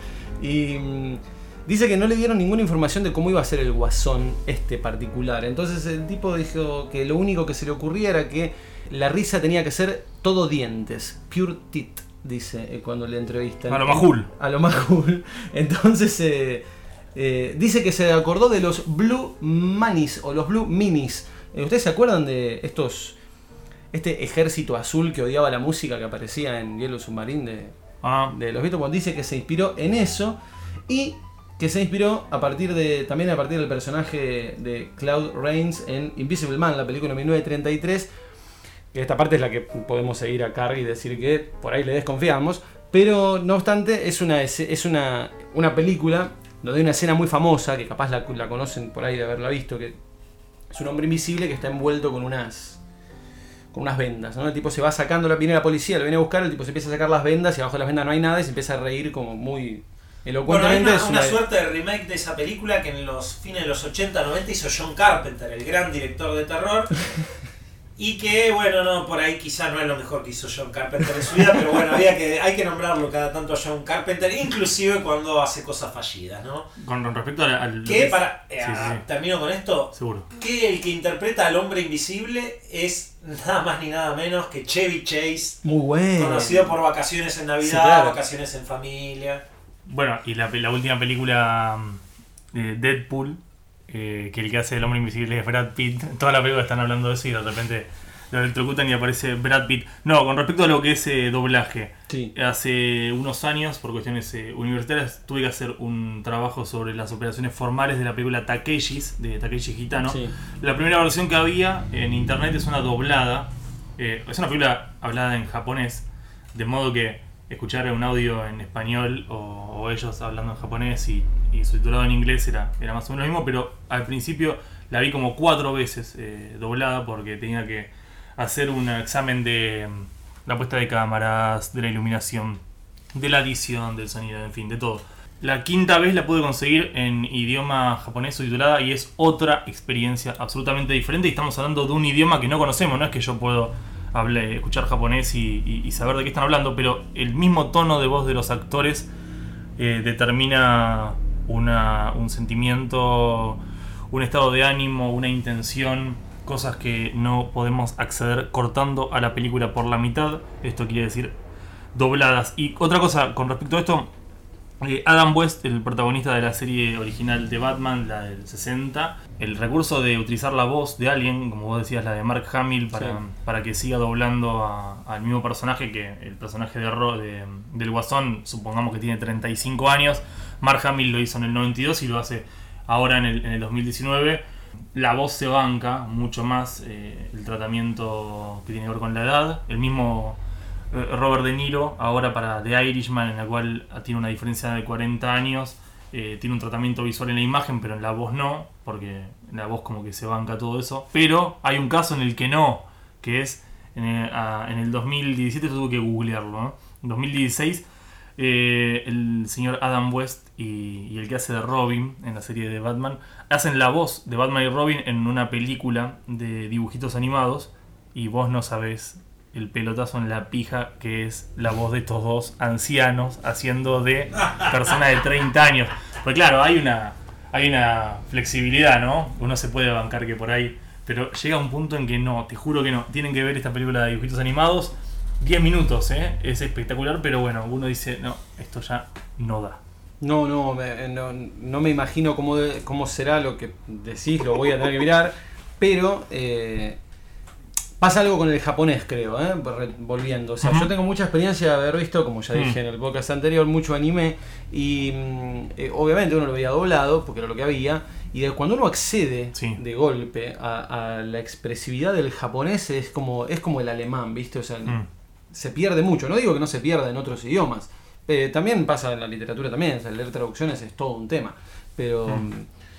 Y mmm, dice que no le dieron ninguna información de cómo iba a ser el Guasón este particular. Entonces el tipo dijo que lo único que se le ocurría era que la risa tenía que ser todo dientes, pure teeth, dice eh, cuando le entrevistan. A lo Majul. A lo Majul. Entonces eh, eh, dice que se acordó de los Blue Manis o los Blue Minis. Eh, ¿Ustedes se acuerdan de estos este ejército azul que odiaba la música que aparecía en Yellow Submarine de, ah. de los Beatles? Bueno, dice que se inspiró en eso y que se inspiró a partir de también a partir del personaje de Claude Rains en Invisible Man, la película de mil novecientos treinta y tres. Que esta parte es la que podemos seguir a Carrie y decir que por ahí le desconfiamos, pero no obstante es una es una una película donde hay una escena muy famosa que capaz la, la conocen por ahí de haberla visto, que es un hombre invisible que está envuelto con unas con unas vendas, ¿no? El tipo se va sacando, viene la policía, lo viene a buscar, el tipo se empieza a sacar las vendas y abajo de las vendas no hay nada y se empieza a reír como muy elocuentemente. Bueno, hay una, es una, una suerte de remake de esa película que en los fines de los ochenta noventa hizo John Carpenter, el gran director de terror. Y que, bueno, no, por ahí quizá no es lo mejor que hizo John Carpenter en su vida, pero bueno, había que, hay que nombrarlo cada tanto a John Carpenter, inclusive cuando hace cosas fallidas, ¿no? Con respecto al... al que para... Sí, eh, sí, sí. Termino con esto. Seguro. Que el que interpreta al hombre invisible es nada más ni nada menos que Chevy Chase. Muy bueno. Conocido por Vacaciones en Navidad, sí, claro. Vacaciones en Familia. Bueno, y la, la última película de Deadpool... Eh, que el que hace el hombre invisible es Brad Pitt. Toda la película están hablando de eso y de repente lo electrocutan y aparece Brad Pitt. No, con respecto a lo que es eh, doblaje, sí. Hace unos años, por cuestiones eh, universitarias, tuve que hacer un trabajo sobre las operaciones formales de la película Takeshis, de Takeshi Kitano. Sí. La primera versión que había en internet es una doblada, eh, es una película hablada en japonés, de modo que escuchar un audio en español o, o ellos hablando en japonés y, y subtitulado en inglés era, era más o menos lo mismo, pero al principio la vi como cuatro veces eh, doblada porque tenía que hacer un examen de um, la puesta de cámaras, de la iluminación, de la edición, del sonido, en fin, de todo. La quinta vez la pude conseguir en idioma japonés subtitulada y es otra experiencia absolutamente diferente y estamos hablando de un idioma que no conocemos, no es que yo puedo Hablé, escuchar japonés y, y, y saber de qué están hablando, pero el mismo tono de voz de los actores eh, determina una, un sentimiento, un estado de ánimo, una intención, cosas que no podemos acceder cortando a la película por la mitad. Esto quiere decir dobladas. Y otra cosa con respecto a esto, eh, Adam West, el protagonista de la serie original de Batman, la del sesenta, el recurso de utilizar la voz de alguien, como vos decías, la de Mark Hamill, para, sí. para que siga doblando a, al mismo personaje, que el personaje de, Ro, de del Guasón, supongamos que tiene treinta y cinco años, Mark Hamill lo hizo en el noventa y dos y lo hace ahora en el, en el dos mil diecinueve. La voz se banca mucho más eh, el tratamiento que tiene que ver con la edad. El mismo eh, Robert De Niro, ahora para The Irishman, en la cual tiene una diferencia de cuarenta años, Eh, tiene un tratamiento visual en la imagen, pero en la voz no, porque en la voz como que se banca todo eso. Pero hay un caso en el que no, que es en el, a, en el dos mil diecisiete, tuve que googlearlo, ¿no? En dos mil dieciséis, eh, el señor Adam West y, y el que hace de Robin en la serie de Batman hacen la voz de Batman y Robin en una película de dibujitos animados, y vos no sabés el pelotazo en la pija que es la voz de estos dos ancianos haciendo de personas de treinta años. Porque claro, hay una hay una flexibilidad, ¿no? Uno se puede bancar que por ahí, pero llega un punto en que no, te juro que no. Tienen que ver esta película de dibujitos animados, diez minutos, ¿eh? Es espectacular, pero bueno, uno dice, no, esto ya no da. No, no, no, no me imagino cómo, cómo será lo que decís, lo voy a tener que mirar, pero... Eh, pasa algo con el japonés, creo, ¿eh? Volviendo. O sea, uh-huh. Yo tengo mucha experiencia de haber visto, como ya dije uh-huh. en el podcast anterior, mucho anime. Y eh, obviamente uno lo veía doblado, porque era lo que había. Y de, cuando uno accede sí. de golpe a, a la expresividad del japonés, es como, es como el alemán, ¿viste? O sea, uh-huh. se pierde mucho. No digo que no se pierda en otros idiomas. Eh, también pasa en la literatura también. O sea, leer traducciones es todo un tema. Pero... Uh-huh.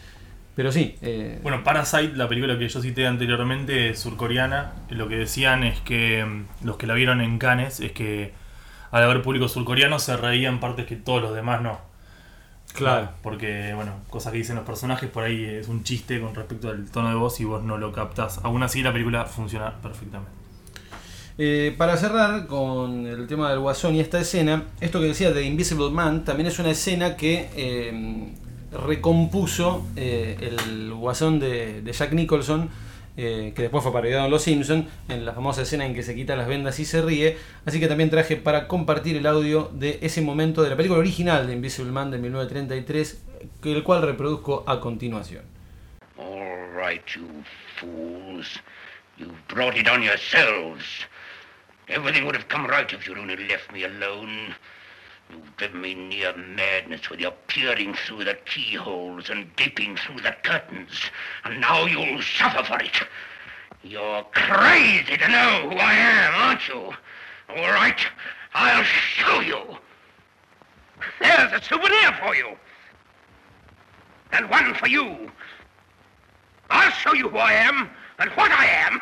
Pero sí. Eh... Bueno, Parasite, la película que yo cité anteriormente, surcoreana, lo que decían es que los que la vieron en Cannes es que al haber público surcoreano se reían partes que todos los demás no. Claro. Porque, bueno, cosas que dicen los personajes por ahí es un chiste con respecto al tono de voz y vos no lo captás. Aún así la película funciona perfectamente. Eh, para cerrar con el tema del Guasón y esta escena, esto que decía de Invisible Man también es una escena que eh, recompuso eh, el Guasón de, de Jack Nicholson, eh, que después fue parodiado en Los Simpsons, en la famosa escena en que se quita las vendas y se ríe. Así que también traje para compartir el audio de ese momento de la película original de Invisible Man de mil novecientos treinta y tres, el cual reproduzco a continuación. All right, you fools. You've brought it on yourselves. Everything would have come right if you'd only left me alone. You've driven me near madness with your peering through the keyholes and gaping through the curtains. And now you'll suffer for it. You're crazy to know who I am, aren't you? All right, I'll show you. There's a souvenir for you. And one for you. I'll show you who I am and what I am.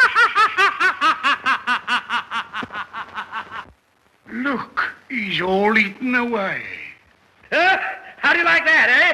Look, he's all eaten away. Huh? How do you like that, eh?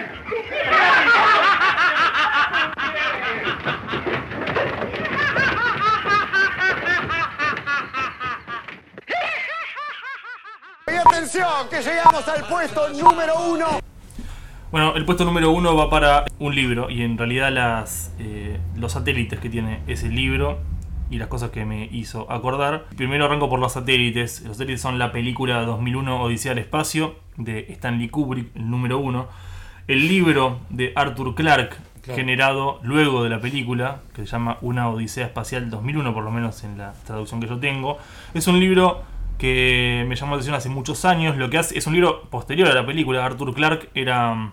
Y atención, que llegamos al puesto número uno. Bueno, el puesto número uno va para un libro y en realidad las eh, los satélites que tiene ese libro y las cosas que me hizo acordar. Primero arranco por los satélites. Los satélites son la película dos mil uno Odisea al Espacio de Stanley Kubrick, el número uno. El libro de Arthur Clarke, claro, generado luego de la película, que se llama Una Odisea Espacial dos mil uno, por lo menos en la traducción que yo tengo. Es un libro que me llamó la atención hace muchos años. Lo que hace es un libro posterior a la película. Arthur Clarke era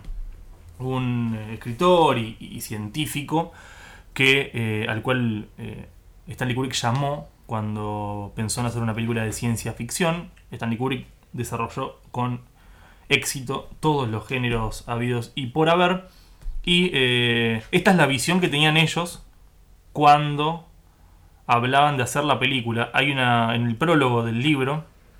un escritor y, y científico que eh, al cual eh, Stanley Kubrick llamó cuando pensó en hacer una película de ciencia ficción. Stanley Kubrick desarrolló con éxito todos los géneros habidos y por haber, y eh, esta es la visión que tenían ellos cuando hablaban de hacer la película. Hay una, en el prólogo del libro,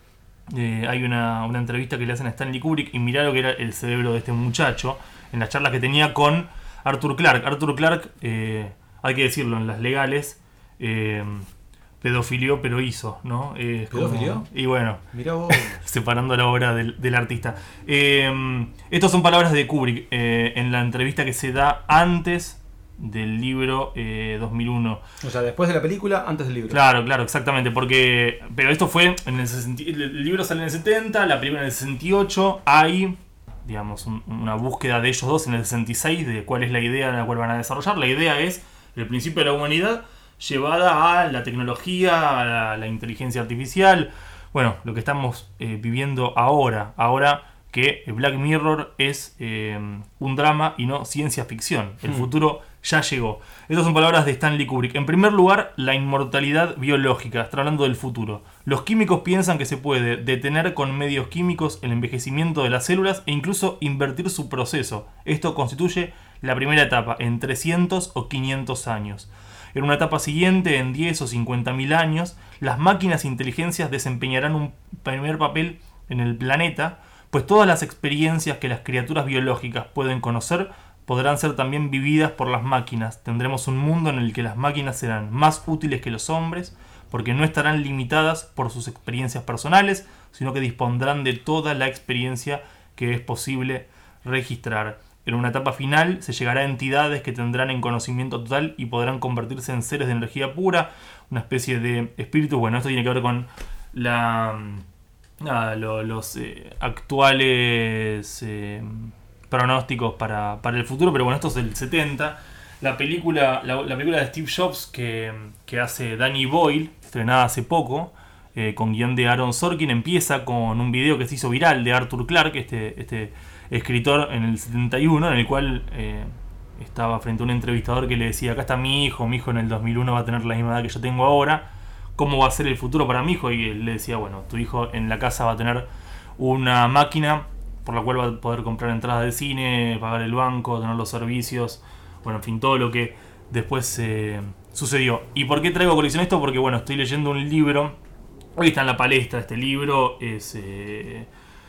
eh, hay una, una entrevista que le hacen a Stanley Kubrick y mirá lo que era el cerebro de este muchacho en las charlas que tenía con Arthur Clarke. Arthur Clarke, eh, hay que decirlo en las legales, eh, pedofilió pero hizo, ¿no? Eh, ¿Pedofilió? Como, y bueno, mirá vos. Separando la obra del, del artista. Eh, estas son palabras de Kubrick eh, en la entrevista que se da antes del libro eh, dos mil uno. O sea, después de la película, antes del libro. Claro, claro, exactamente. Porque, pero esto fue en el sesenta, el libro sale en el setenta, la película en el sesenta y ocho. Hay, digamos, un, una búsqueda de ellos dos en el sesenta y seis de cuál es la idea en la cual van a desarrollar. La idea es el principio de la humanidad llevada a la tecnología, a la, la inteligencia artificial. Bueno, lo que estamos eh, viviendo ahora, ahora que Black Mirror es eh, un drama y no ciencia ficción. El hmm. futuro ya llegó. Estas son palabras de Stanley Kubrick. En primer lugar, la inmortalidad biológica. Está hablando del futuro. Los químicos piensan que se puede detener con medios químicos el envejecimiento de las células e incluso invertir su proceso. Esto constituye la primera etapa en trescientos o quinientos años. En una etapa siguiente, en diez o cincuenta mil años, las máquinas e inteligencias desempeñarán un primer papel en el planeta, pues todas las experiencias que las criaturas biológicas pueden conocer podrán ser también vividas por las máquinas. Tendremos un mundo en el que las máquinas serán más útiles que los hombres, porque no estarán limitadas por sus experiencias personales, sino que dispondrán de toda la experiencia que es posible registrar. En una etapa final se llegará a entidades que tendrán en conocimiento total y podrán convertirse en seres de energía pura, una especie de espíritu. Bueno, esto tiene que ver con la, nada, lo, los eh, actuales eh, pronósticos para, para el futuro, pero bueno, esto es del setenta. La película, la, la película de Steve Jobs que, que hace Danny Boyle, estrenada hace poco, eh, con guión de Aaron Sorkin, empieza con un video que se hizo viral de Arthur Clarke, este... este escritor en el setenta y uno, en el cual eh, estaba frente a un entrevistador que le decía: acá está mi hijo, mi hijo en el dos mil uno va a tener la misma edad que yo tengo ahora, ¿cómo va a ser el futuro para mi hijo? Y él le decía: bueno, tu hijo en la casa va a tener una máquina por la cual va a poder comprar entradas de cine, pagar el banco, tener los servicios, bueno, en fin, todo lo que después eh, sucedió. ¿Y por qué traigo a colación esto? Porque bueno, estoy leyendo un libro, hoy está en la palestra este libro, es... Eh,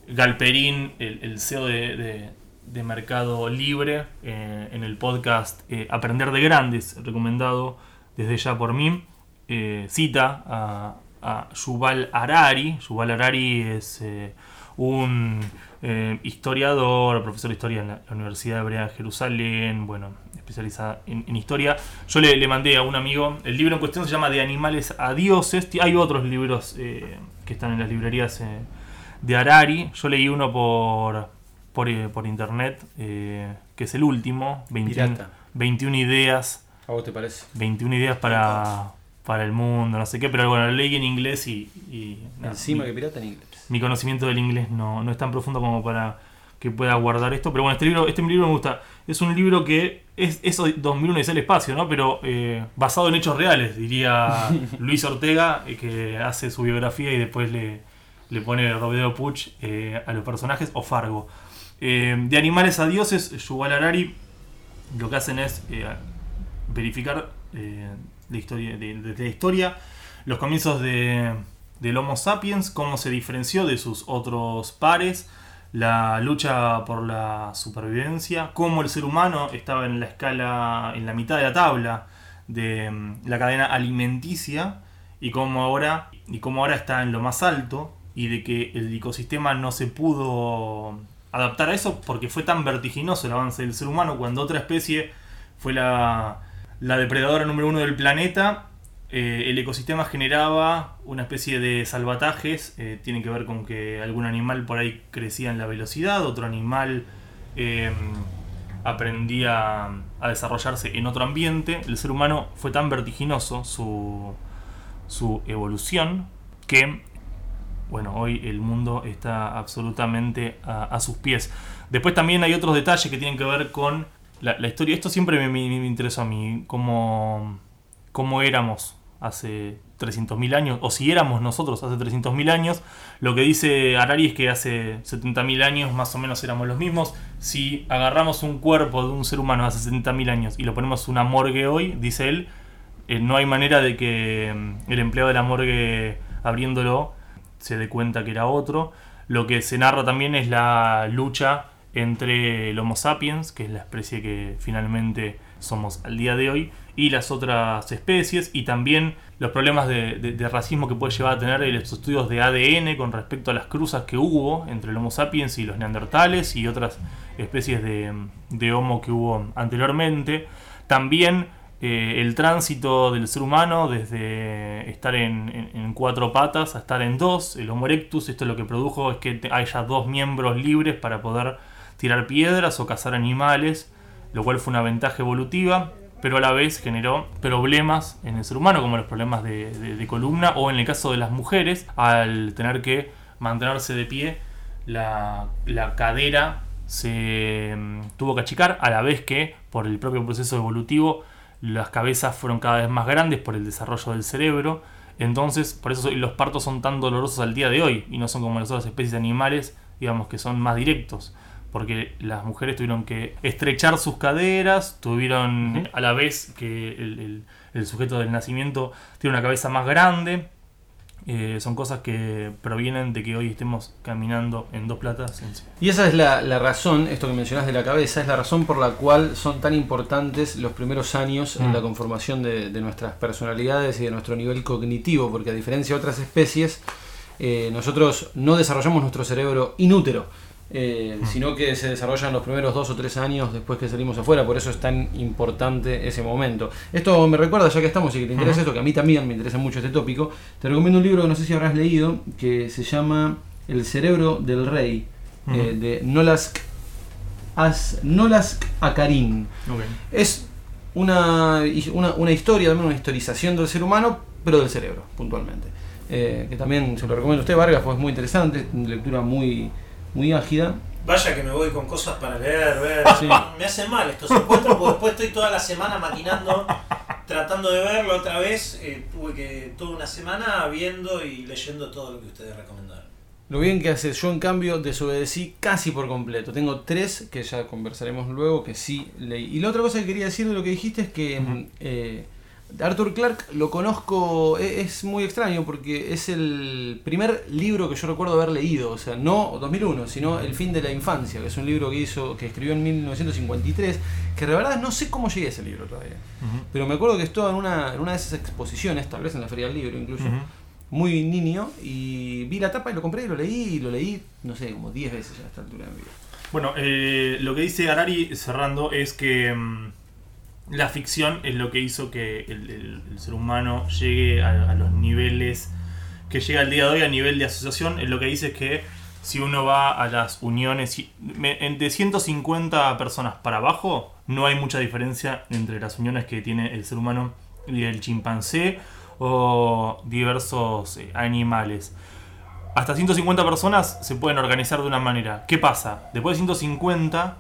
Galperín, el, el C E O de, de, de Mercado Libre, eh, en el podcast eh, Aprender de Grandes, recomendado desde ya por mí, eh, cita a, a Yuval Harari. Yuval Harari es eh, un eh, historiador, profesor de historia en la, la Universidad Hebrea de Jerusalén, bueno, especializada en, en historia. Yo le, le mandé a un amigo, el libro en cuestión se llama De animales a dioses. Hay otros libros eh, que están en las librerías eh, de Harari. Yo leí uno por por, eh, por internet, eh, que es el último, veintiuno, veintiuna ideas. ¿A vos te parece? veintiuna ideas para, para el mundo, no sé qué, pero bueno, lo leí en inglés y... y nada, Encima mi, que pirata en inglés. Mi conocimiento del inglés no, no es tan profundo como para que pueda guardar esto, pero bueno, este libro, este libro me gusta. Es un libro que es eso dos mil uno es el espacio, ¿no? Pero eh, basado en hechos reales, diría Luis Ortega, eh, que hace su biografía y después le, le pone Rodeo Puch eh, a los personajes, o Fargo. Eh, de animales a dioses, Yuval Harari lo que hacen es eh, verificar eh, la historia, de, de, de la historia, los comienzos de, del Homo sapiens, cómo se diferenció de sus otros pares, la lucha por la supervivencia, cómo el ser humano estaba en la escala, en la mitad de la tabla de um, la cadena alimenticia, y cómo ahora, y cómo ahora está en lo más alto, y de que el ecosistema no se pudo adaptar a eso porque fue tan vertiginoso el avance del ser humano, cuando otra especie fue la, la depredadora número uno del planeta. Eh, el ecosistema generaba una especie de salvatajes, eh, tiene que ver con que algún animal por ahí crecía en la velocidad, otro animal eh, aprendía a desarrollarse en otro ambiente. El ser humano fue tan vertiginoso su, su evolución que, bueno, hoy el mundo está absolutamente a, a sus pies. Después también hay otros detalles que tienen que ver con la, la historia. Esto siempre me, me, me interesó a mí, cómo, cómo éramos hace trescientos mil años, o si éramos nosotros hace trescientos mil años. Lo que dice Harari es que hace setenta mil años más o menos éramos los mismos. Si agarramos un cuerpo de un ser humano hace setenta mil años y lo ponemos en una morgue hoy, dice él, eh, no hay manera de que el empleado de la morgue, abriéndolo, se dé cuenta que era otro. Lo que se narra también es la lucha entre el Homo sapiens, que es la especie que finalmente somos al día de hoy, y las otras especies, y también los problemas de, de, de racismo que puede llevar a tener los estudios de A D N con respecto a las cruzas que hubo entre el Homo sapiens y los neandertales y otras especies de, de Homo que hubo anteriormente. También eh, el tránsito del ser humano desde estar en, en, en cuatro patas a estar en dos, el Homo erectus. Esto lo que produjo es que haya dos miembros libres para poder tirar piedras o cazar animales, lo cual fue una ventaja evolutiva, pero a la vez generó problemas en el ser humano, como los problemas de, de, de columna, o en el caso de las mujeres, al tener que mantenerse de pie, la, la cadera se um, tuvo que achicar, a la vez que por el propio proceso evolutivo las cabezas fueron cada vez más grandes por el desarrollo del cerebro. Entonces, por eso los partos son tan dolorosos al día de hoy, y no son como las otras especies de animales, digamos, que son más directos, porque las mujeres tuvieron que estrechar sus caderas, tuvieron uh-huh. a la vez que el, el, el sujeto del nacimiento tiene una cabeza más grande. Eh, son cosas que provienen de que hoy estemos caminando en dos platas. Y esa es la, la razón, esto que mencionás de la cabeza, es la razón por la cual son tan importantes los primeros años mm. en la conformación de, de nuestras personalidades y de nuestro nivel cognitivo, porque a diferencia de otras especies, eh, nosotros no desarrollamos nuestro cerebro inútero. Eh, sino que se desarrollan los primeros dos o tres años después que salimos afuera, por eso es tan importante ese momento. Esto me recuerda, ya que estamos y que te interesa uh-huh. esto, que a mí también me interesa mucho este tópico, te recomiendo un libro que no sé si habrás leído, que se llama El cerebro del rey, uh-huh. eh, de Nolask, As, Nolask Akarin. Okay. Es una, una, una historia, una historización del ser humano, pero del cerebro, puntualmente. Eh, que también se lo recomiendo a usted, Vargas, pues es muy interesante, lectura muy... muy ágida. Vaya que me voy con cosas para leer, ver. Sí. Me hacen mal estos encuentros porque después estoy toda la semana maquinando, tratando de verlo otra vez. Eh, tuve que toda una semana viendo y leyendo todo lo que ustedes recomendaron. Lo bien que haces, yo en cambio desobedecí casi por completo. Tengo tres que ya conversaremos luego que sí leí. Y la otra cosa que quería decir de lo que dijiste es que uh-huh. eh, Arthur Clarke lo conozco, es muy extraño porque es el primer libro que yo recuerdo haber leído, o sea, no dos mil uno, sino El fin de la infancia, que es un libro que hizo, que escribió en mil novecientos cincuenta y tres, que de verdad no sé cómo llegué a ese libro todavía, uh-huh. pero me acuerdo que estaba en una, en una de esas exposiciones, tal vez en la Feria del Libro incluso, uh-huh. muy niño, y vi la tapa y lo compré y lo leí, y lo leí, no sé, como diez veces ya a esta altura de mi vida. Bueno, eh, lo que dice Harari, cerrando, es que mmm, la ficción es lo que hizo que el, el, el ser humano llegue a, a los niveles que llega al día de hoy a nivel de asociación. Es lo que dice es que si uno va a las uniones de ciento cincuenta personas para abajo, no hay mucha diferencia entre las uniones que tiene el ser humano y el chimpancé o diversos eh, animales. Hasta ciento cincuenta personas se pueden organizar de una manera. ¿Qué pasa? Después de ciento cincuenta,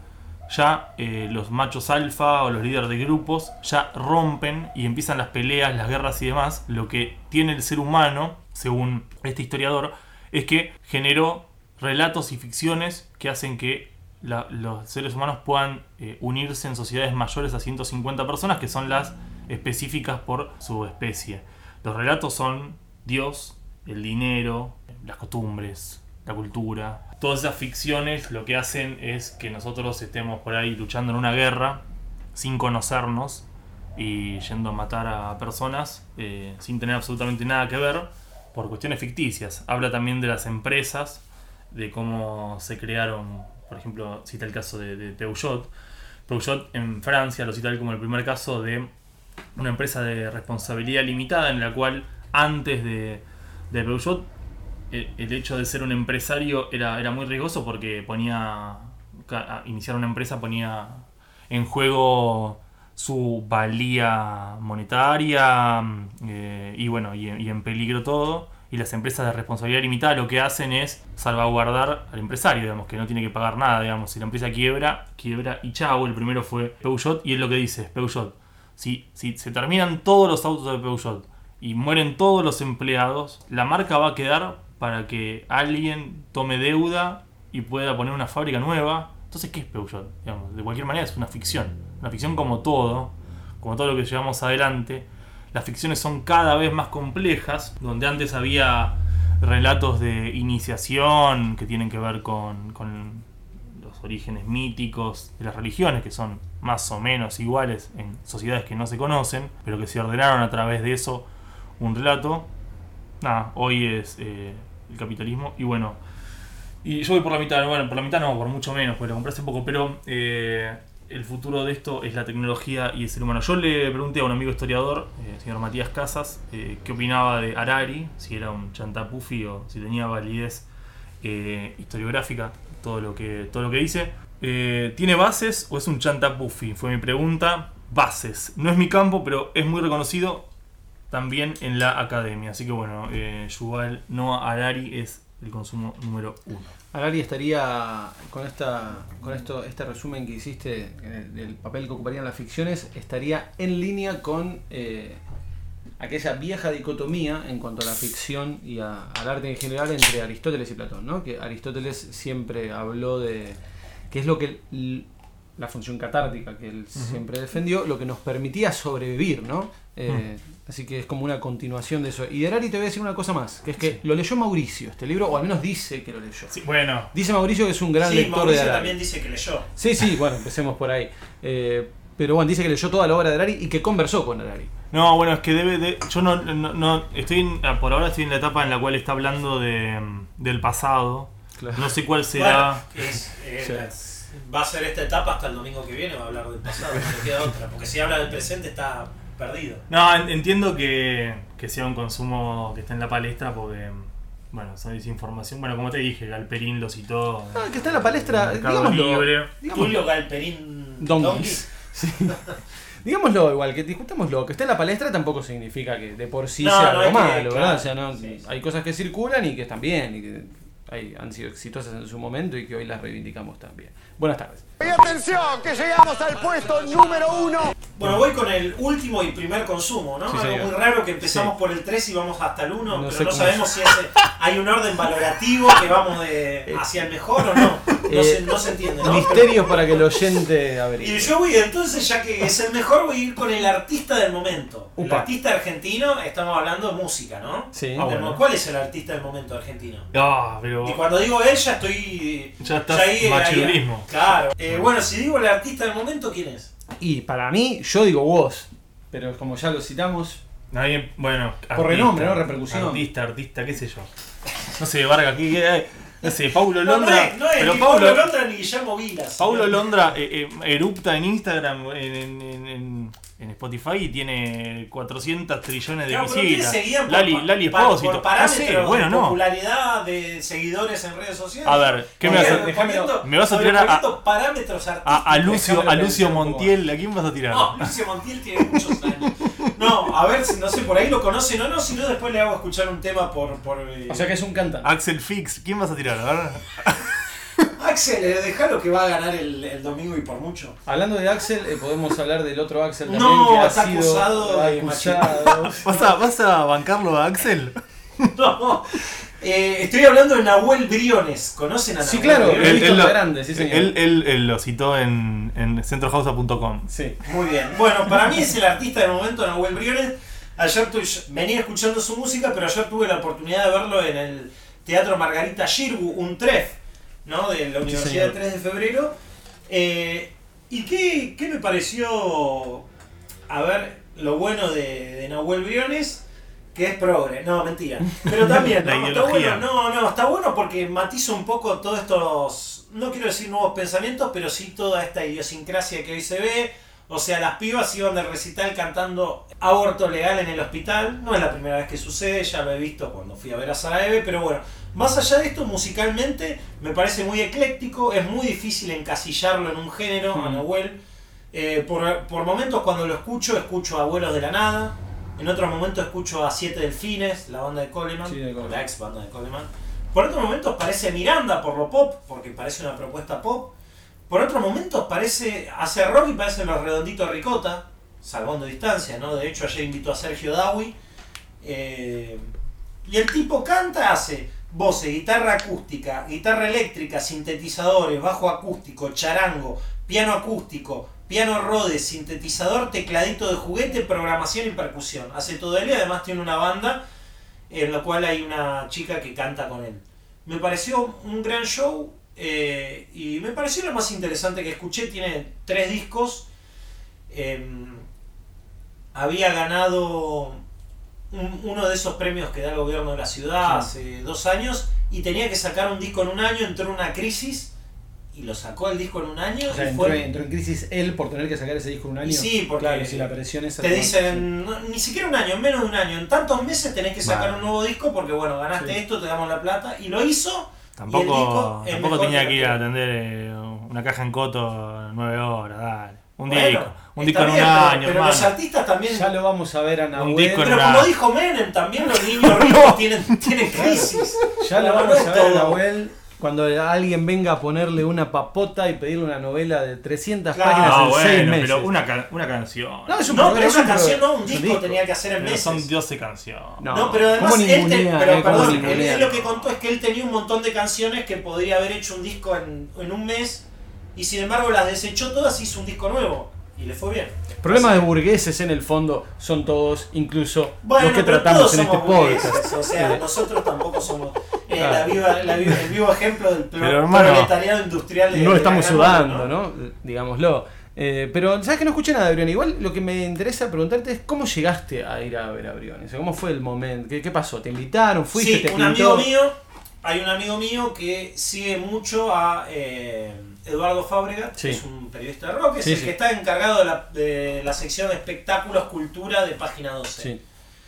ya eh, los machos alfa o los líderes de grupos ya rompen y empiezan las peleas, las guerras y demás. Lo que tiene el ser humano, según este historiador, es que generó relatos y ficciones que hacen que la, los seres humanos puedan eh, unirse en sociedades mayores a ciento cincuenta personas, que son las específicas por su especie. Los relatos son Dios, el dinero, las costumbres, la cultura. Todas esas ficciones lo que hacen es que nosotros estemos por ahí luchando en una guerra sin conocernos y yendo a matar a personas eh, sin tener absolutamente nada que ver por cuestiones ficticias. Habla también de las empresas, de cómo se crearon, por ejemplo, cita el caso de, de Peugeot. Peugeot en Francia lo cita como el primer caso de una empresa de responsabilidad limitada en la cual antes de, de Peugeot el, el hecho de ser un empresario era, era muy riesgoso porque ponía iniciar una empresa ponía en juego su valía monetaria eh, y bueno y, y en peligro todo. Y las empresas de responsabilidad limitada lo que hacen es salvaguardar al empresario, digamos, que no tiene que pagar nada, digamos. Si la empresa quiebra, quiebra y chau. El primero fue Peugeot y es lo que dice, Peugeot. Si, si se terminan todos los autos de Peugeot y mueren todos los empleados, la marca va a quedar para que alguien tome deuda y pueda poner una fábrica nueva. Entonces, ¿qué es Peugeot? Digamos, de cualquier manera es una ficción. Una ficción como todo, como todo lo que llevamos adelante. Las ficciones son cada vez más complejas, donde antes había relatos de iniciación que tienen que ver con, con los orígenes míticos de las religiones, que son más o menos iguales en sociedades que no se conocen, pero que se ordenaron a través de eso un relato. Nada, hoy es eh, el capitalismo y bueno, y yo voy por la mitad, bueno, por la mitad no, por mucho menos, porque lo compré hace poco, pero eh, el futuro de esto es la tecnología y el ser humano. Yo le pregunté a un amigo historiador, el eh, señor Matías Casas, eh, qué opinaba de Harari, si era un chantapufi o si tenía validez eh, historiográfica, todo lo que, todo lo que dice. Eh, ¿Tiene bases o es un chantapufi? Fue mi pregunta. Bases. No es mi campo, pero es muy reconocido también en la academia. Así que bueno, eh, Yuval Noah Harari es el consumo número uno. Harari estaría con esta con esto este resumen que hiciste del papel que ocuparían las ficciones, estaría en línea con eh, aquella vieja dicotomía en cuanto a la ficción y a, al arte en general entre Aristóteles y Platón, ¿no? Que Aristóteles siempre habló de que es lo que la función catártica que él uh-huh. siempre defendió, lo que nos permitía sobrevivir, ¿no? Eh, uh-huh. Así que es como una continuación de eso. Y de Harari te voy a decir una cosa más, que es que sí. lo leyó Mauricio, este libro, o al menos dice que lo leyó. Sí, bueno. Dice Mauricio que es un gran sí, lector Mauricio de Harari. También dice que leyó. Sí, sí, bueno, empecemos por ahí. Eh, pero bueno, dice que leyó toda la obra de Harari y que conversó con Harari. No, bueno, es que debe de... Yo no... no, no estoy en, por ahora estoy en la etapa en la cual está hablando de, del pasado. Claro. No sé cuál será... Bueno, es, eh, sí. Va a ser esta etapa hasta el domingo que viene, va a hablar del pasado, no le queda otra. Porque si habla del presente está perdido. No, entiendo que, que sea un consumo que está en la palestra porque... Bueno, son desinformación. Bueno, como te dije, Galperín lo citó. Ah, que está en la palestra. Digámoslo. Tulio Galperín Donguis. Sí. Digámoslo igual, que discutámoslo. Que esté en la palestra tampoco significa que de por sí no, sea no algo malo, que, ¿verdad? claro, o sea, no, sí, sí. Hay cosas que circulan y que están bien. Y que hay, han sido exitosas en su momento y que hoy las reivindicamos también. Buenas tardes. Y atención, que llegamos al puesto número uno. Bueno, voy con el último y primer consumo, ¿no? Sí, Algo señor. muy raro que empezamos Sí. por el tres y vamos hasta el uno, No pero sé no cómo sabemos es. si ese, hay un orden valorativo que vamos de, hacia el mejor o no. No, Eh, se, no se entiende, ¿no? Misterios para que el oyente averigüe. Y yo voy, entonces, ya que es el mejor, voy a ir con el artista del momento. El Upa. artista argentino, estamos hablando de música, ¿no? Sí. Ah, bueno. ¿Cuál es el artista del momento argentino? Ah, pero. Y cuando digo él, ya estoy... Ya estás ahí- ahí- machirulismo. Claro. Eh, bueno, si digo el artista del momento, ¿quién es? Y para mí, yo digo vos, pero como ya lo citamos, Nadie, bueno, Por renombre, ¿no? Repercusión. Artista, artista, qué sé yo. No sé, Vargas, aquí, eh, no sé, Paulo No, no Londra. es, no es pero ni Paulo, Pablo Londra ni Guillermo Vilas. Paulo sino- Londra eh, eh, erupta en Instagram, en, en, en, en- en Spotify y tiene cuatrocientos trillones de Claro, pero ustedes visitas. seguían por, Lali, pa- Lali pa- Espósito. por No parámetros sé, bueno, de no. popularidad de seguidores en redes sociales. A ver, ¿qué me vas a- Poniendo- me vas a tirar a- poniendo parámetros A, artísticos. a Lucio, Déjame a Lucio pensar un poco Montiel, ¿a quién vas a tirar? No, Lucio Montiel tiene muchos años. No, a ver, si no sé, por ahí lo conocen o no, si no después le hago escuchar un tema por... por eh, o sea que es un cantante. Axel Fix, ¿quién vas a tirar? A ver. Axel, eh, dejalo que va a ganar el, el domingo y por mucho. Hablando de Axel, eh, podemos hablar del otro Axel también No, que ha está sido acusado de acusado. ¿Vas a, ¿Vas a bancarlo a Axel? No, eh, estoy hablando de Nahuel Briones. ¿Conocen a Nahuel Sí, claro, Briones? he Él- visto él lo lo- grande, sí señor. Él, él, él lo citó en, en centrohausa punto com. Sí. Muy bien. Bueno, para mí es el artista del momento, Nahuel Briones. Ayer tu- venía escuchando su música, pero ayer tuve la oportunidad de verlo en el Teatro Margarita Xirgu, un T R E F, ¿no? De la Universidad señor. del tres de febrero. Eh, ¿Y qué, qué me pareció? A ver, lo bueno de, de Nahuel Briones, que es progre. No, mentira. Pero también, La ¿no? Está ideología. bueno, no, no, está bueno porque matiza un poco todos estos, no quiero decir nuevos pensamientos, pero sí toda esta idiosincrasia que hoy se ve. O sea, las pibas iban de recital cantando aborto legal en el hospital. No es la primera vez que sucede, ya lo he visto cuando fui a ver a Sara Eve, pero bueno, más allá de esto, musicalmente me parece muy ecléctico, es muy difícil encasillarlo en un género, a Nahuel. Eh, por, por momentos cuando lo escucho, escucho a Abuelos de la Nada, en otros momentos escucho a Siete Delfines, la banda de Coleman, Sí, de Coleman. la ex banda de Coleman. Por otros momentos parece Miranda por lo pop, porque parece una propuesta pop. Por otros momentos parece, hace rock y parecen los Redonditos Ricota, salvando distancia, ¿no? De hecho ayer invitó a Sergio Dawi. Eh, y el tipo canta, hace voces, guitarra acústica, guitarra eléctrica, sintetizadores, bajo acústico, charango, piano acústico, piano Rhodes, sintetizador, tecladito de juguete, programación y percusión. Hace todo él y además tiene una banda en la cual hay una chica que canta con él. Me pareció un gran show. Eh, y me pareció lo más interesante que escuché. Tiene tres discos. Eh, había ganado un- uno de esos premios que da el gobierno de la ciudad Sí. hace dos años y tenía que sacar un disco en un año. Entró en una crisis y lo sacó el disco en un año. O sea, y entró, fue, entró en crisis él por tener que sacar ese disco en un año. Y sí, porque claro, si la presión es te dicen, no, ni siquiera un año, en menos de un año, en tantos meses tenés que sacar Vale. un nuevo disco porque bueno, ganaste Sí. esto, te damos la plata. Y lo hizo. Y el disco Tampoco, es tampoco mejor tenía que que ir la a atender eh, una caja en coto nueve horas, dale. Un Bueno, disco, un está disco en un bien, pero- año, pero hermano. los artistas también. Ya lo vamos a ver a Nahuel. disco en Pero una- como dijo Menem, también los niños ricos tienen, tienen crisis. Ya lo No, vamos no es a ver a todo. Nahuel cuando alguien venga a ponerle una papota y pedirle una novela de trescientas Claro. páginas No, en seis bueno, meses. pero una, ca- una canción. No, es un No, pro- pero es una un pro- canción, no, un es disco tenía que hacer en Pero meses. son doce canciones. No, No, pero además ¿cómo él, te- ningunea, pero eh? ¿Cómo perdón, él, ningunea? él lo que contó es que él tenía un montón de canciones que podría haber hecho un disco en, en un mes y sin embargo las desechó todas y hizo un disco nuevo y le fue bien. Problemas de burgueses en el fondo son todos, incluso Bueno, los que pero tratamos todos en este somos burgueses, podcast. o sea, Eh, nosotros tampoco somos eh, Claro. la viva, la viva- el vivo ejemplo del pro- Pero, hermano, proletariado industrial. De, no de estamos la gran sudando, obra, ¿no? Digámoslo. Eh, pero, ¿sabes que no escuché nada de Briones? Igual lo que me interesa preguntarte es cómo llegaste a ir a ver a Briones. O sea, ¿cómo fue el momento? ¿Qué, qué pasó? ¿Te invitaron? ¿Fuiste? Sí, ¿Te un pintó? amigo mío, hay un amigo mío que sigue mucho a eh, Eduardo Fábregat, Sí. que es un periodista de rock, es Sí, el sí. que está encargado de la, de la sección de espectáculos, cultura de Página doce. Sí.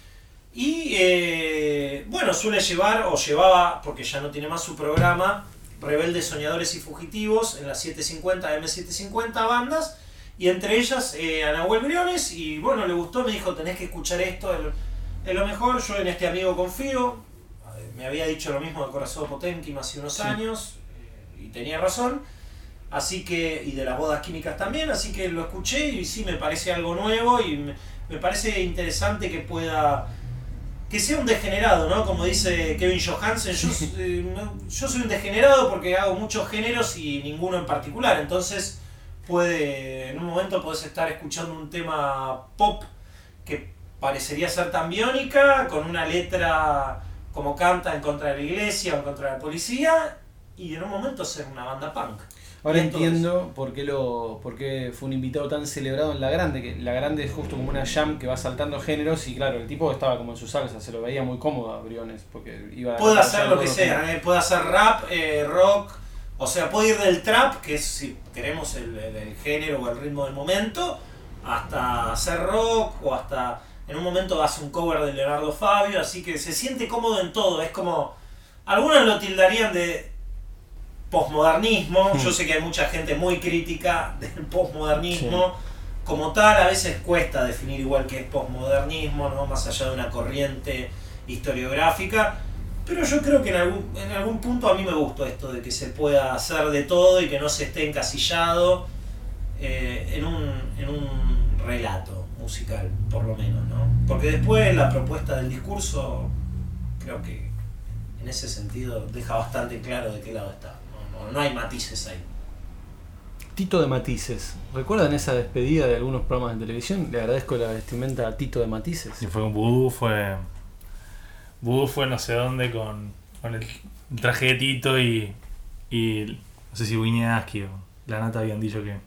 Y eh, bueno, suele llevar, o llevaba, porque ya no tiene más su programa, Rebeldes, Soñadores y Fugitivos, en las setecientos cincuenta, eme setecientos cincuenta bandas, y entre ellas eh, a Nahuel Briones, y bueno, le gustó, me dijo, tenés que escuchar esto, es lo- es lo mejor, yo en este amigo confío, me había dicho lo mismo de Corazón Potemkin hace unos Sí. años, y tenía razón, así que, y de las bodas químicas también, así que lo escuché y sí me parece algo nuevo y me, me parece interesante que pueda, que sea un degenerado, ¿no? Como dice Kevin Johansen, yo, eh, no, yo soy un degenerado porque hago muchos géneros y ninguno en particular, entonces puede, en un momento podés estar escuchando un tema pop que parecería ser tan biónica, con una letra como canta en contra de la iglesia o en contra de la policía, y en un momento ser una banda punk. Ahora Y entonces- entiendo por qué, lo, por qué fue un invitado tan celebrado en La Grande, que La Grande es justo como una jam que va saltando géneros y claro, el tipo estaba como en su salsa, se lo veía muy cómodo a Briones, porque iba a Puede cantar hacer ya lo que todo sea, eh, puede hacer rap, eh, rock, o sea, puede ir del trap, que es si queremos el, el- el género o el ritmo del momento, hasta hacer rock, o hasta en un momento hace un cover de Leonardo Fabio, así que se siente cómodo en todo, es como, algunos lo tildarían de posmodernismo, yo sé que hay mucha gente muy crítica del posmodernismo, como tal a veces cuesta definir igual que es posmodernismo, ¿no? Más allá de una corriente historiográfica, pero yo creo que en algún, en algún punto a mí me gustó esto de que se pueda hacer de todo y que no se esté encasillado eh, en, un, en un relato musical, por lo menos, ¿no? Porque después la propuesta del discurso creo que en ese sentido deja bastante claro de qué lado está. No, no, no hay matices ahí. Tito de Matices. ¿Recuerdan esa despedida de algunos programas de televisión? Le agradezco la vestimenta a Tito de Matices. Y fue un Vudú, fue. Vudú fue no sé dónde con, con el traje de Tito y. y no sé si Wiñaski o la Nata habían dicho que.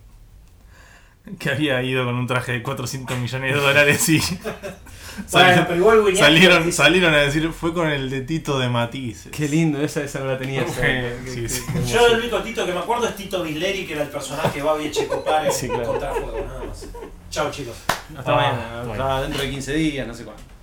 que había ido con un traje de cuatrocientos millones de dólares y. Bueno, pero igual Wiñaski- salieron, salieron a decir, fue con el de Tito de Matices. Qué lindo, esa, esa no la tenía. esa, Sí, qué- sí, qué- sí. qué hermoso. Yo el único Tito que me acuerdo es Tito Bisleri, que era el personaje de Babi Echecopar en Sí, claro. Contrafuego, nada más. Chao chicos. Hasta Ah, mañana, bueno. hasta dentro de quince días, no sé cuándo.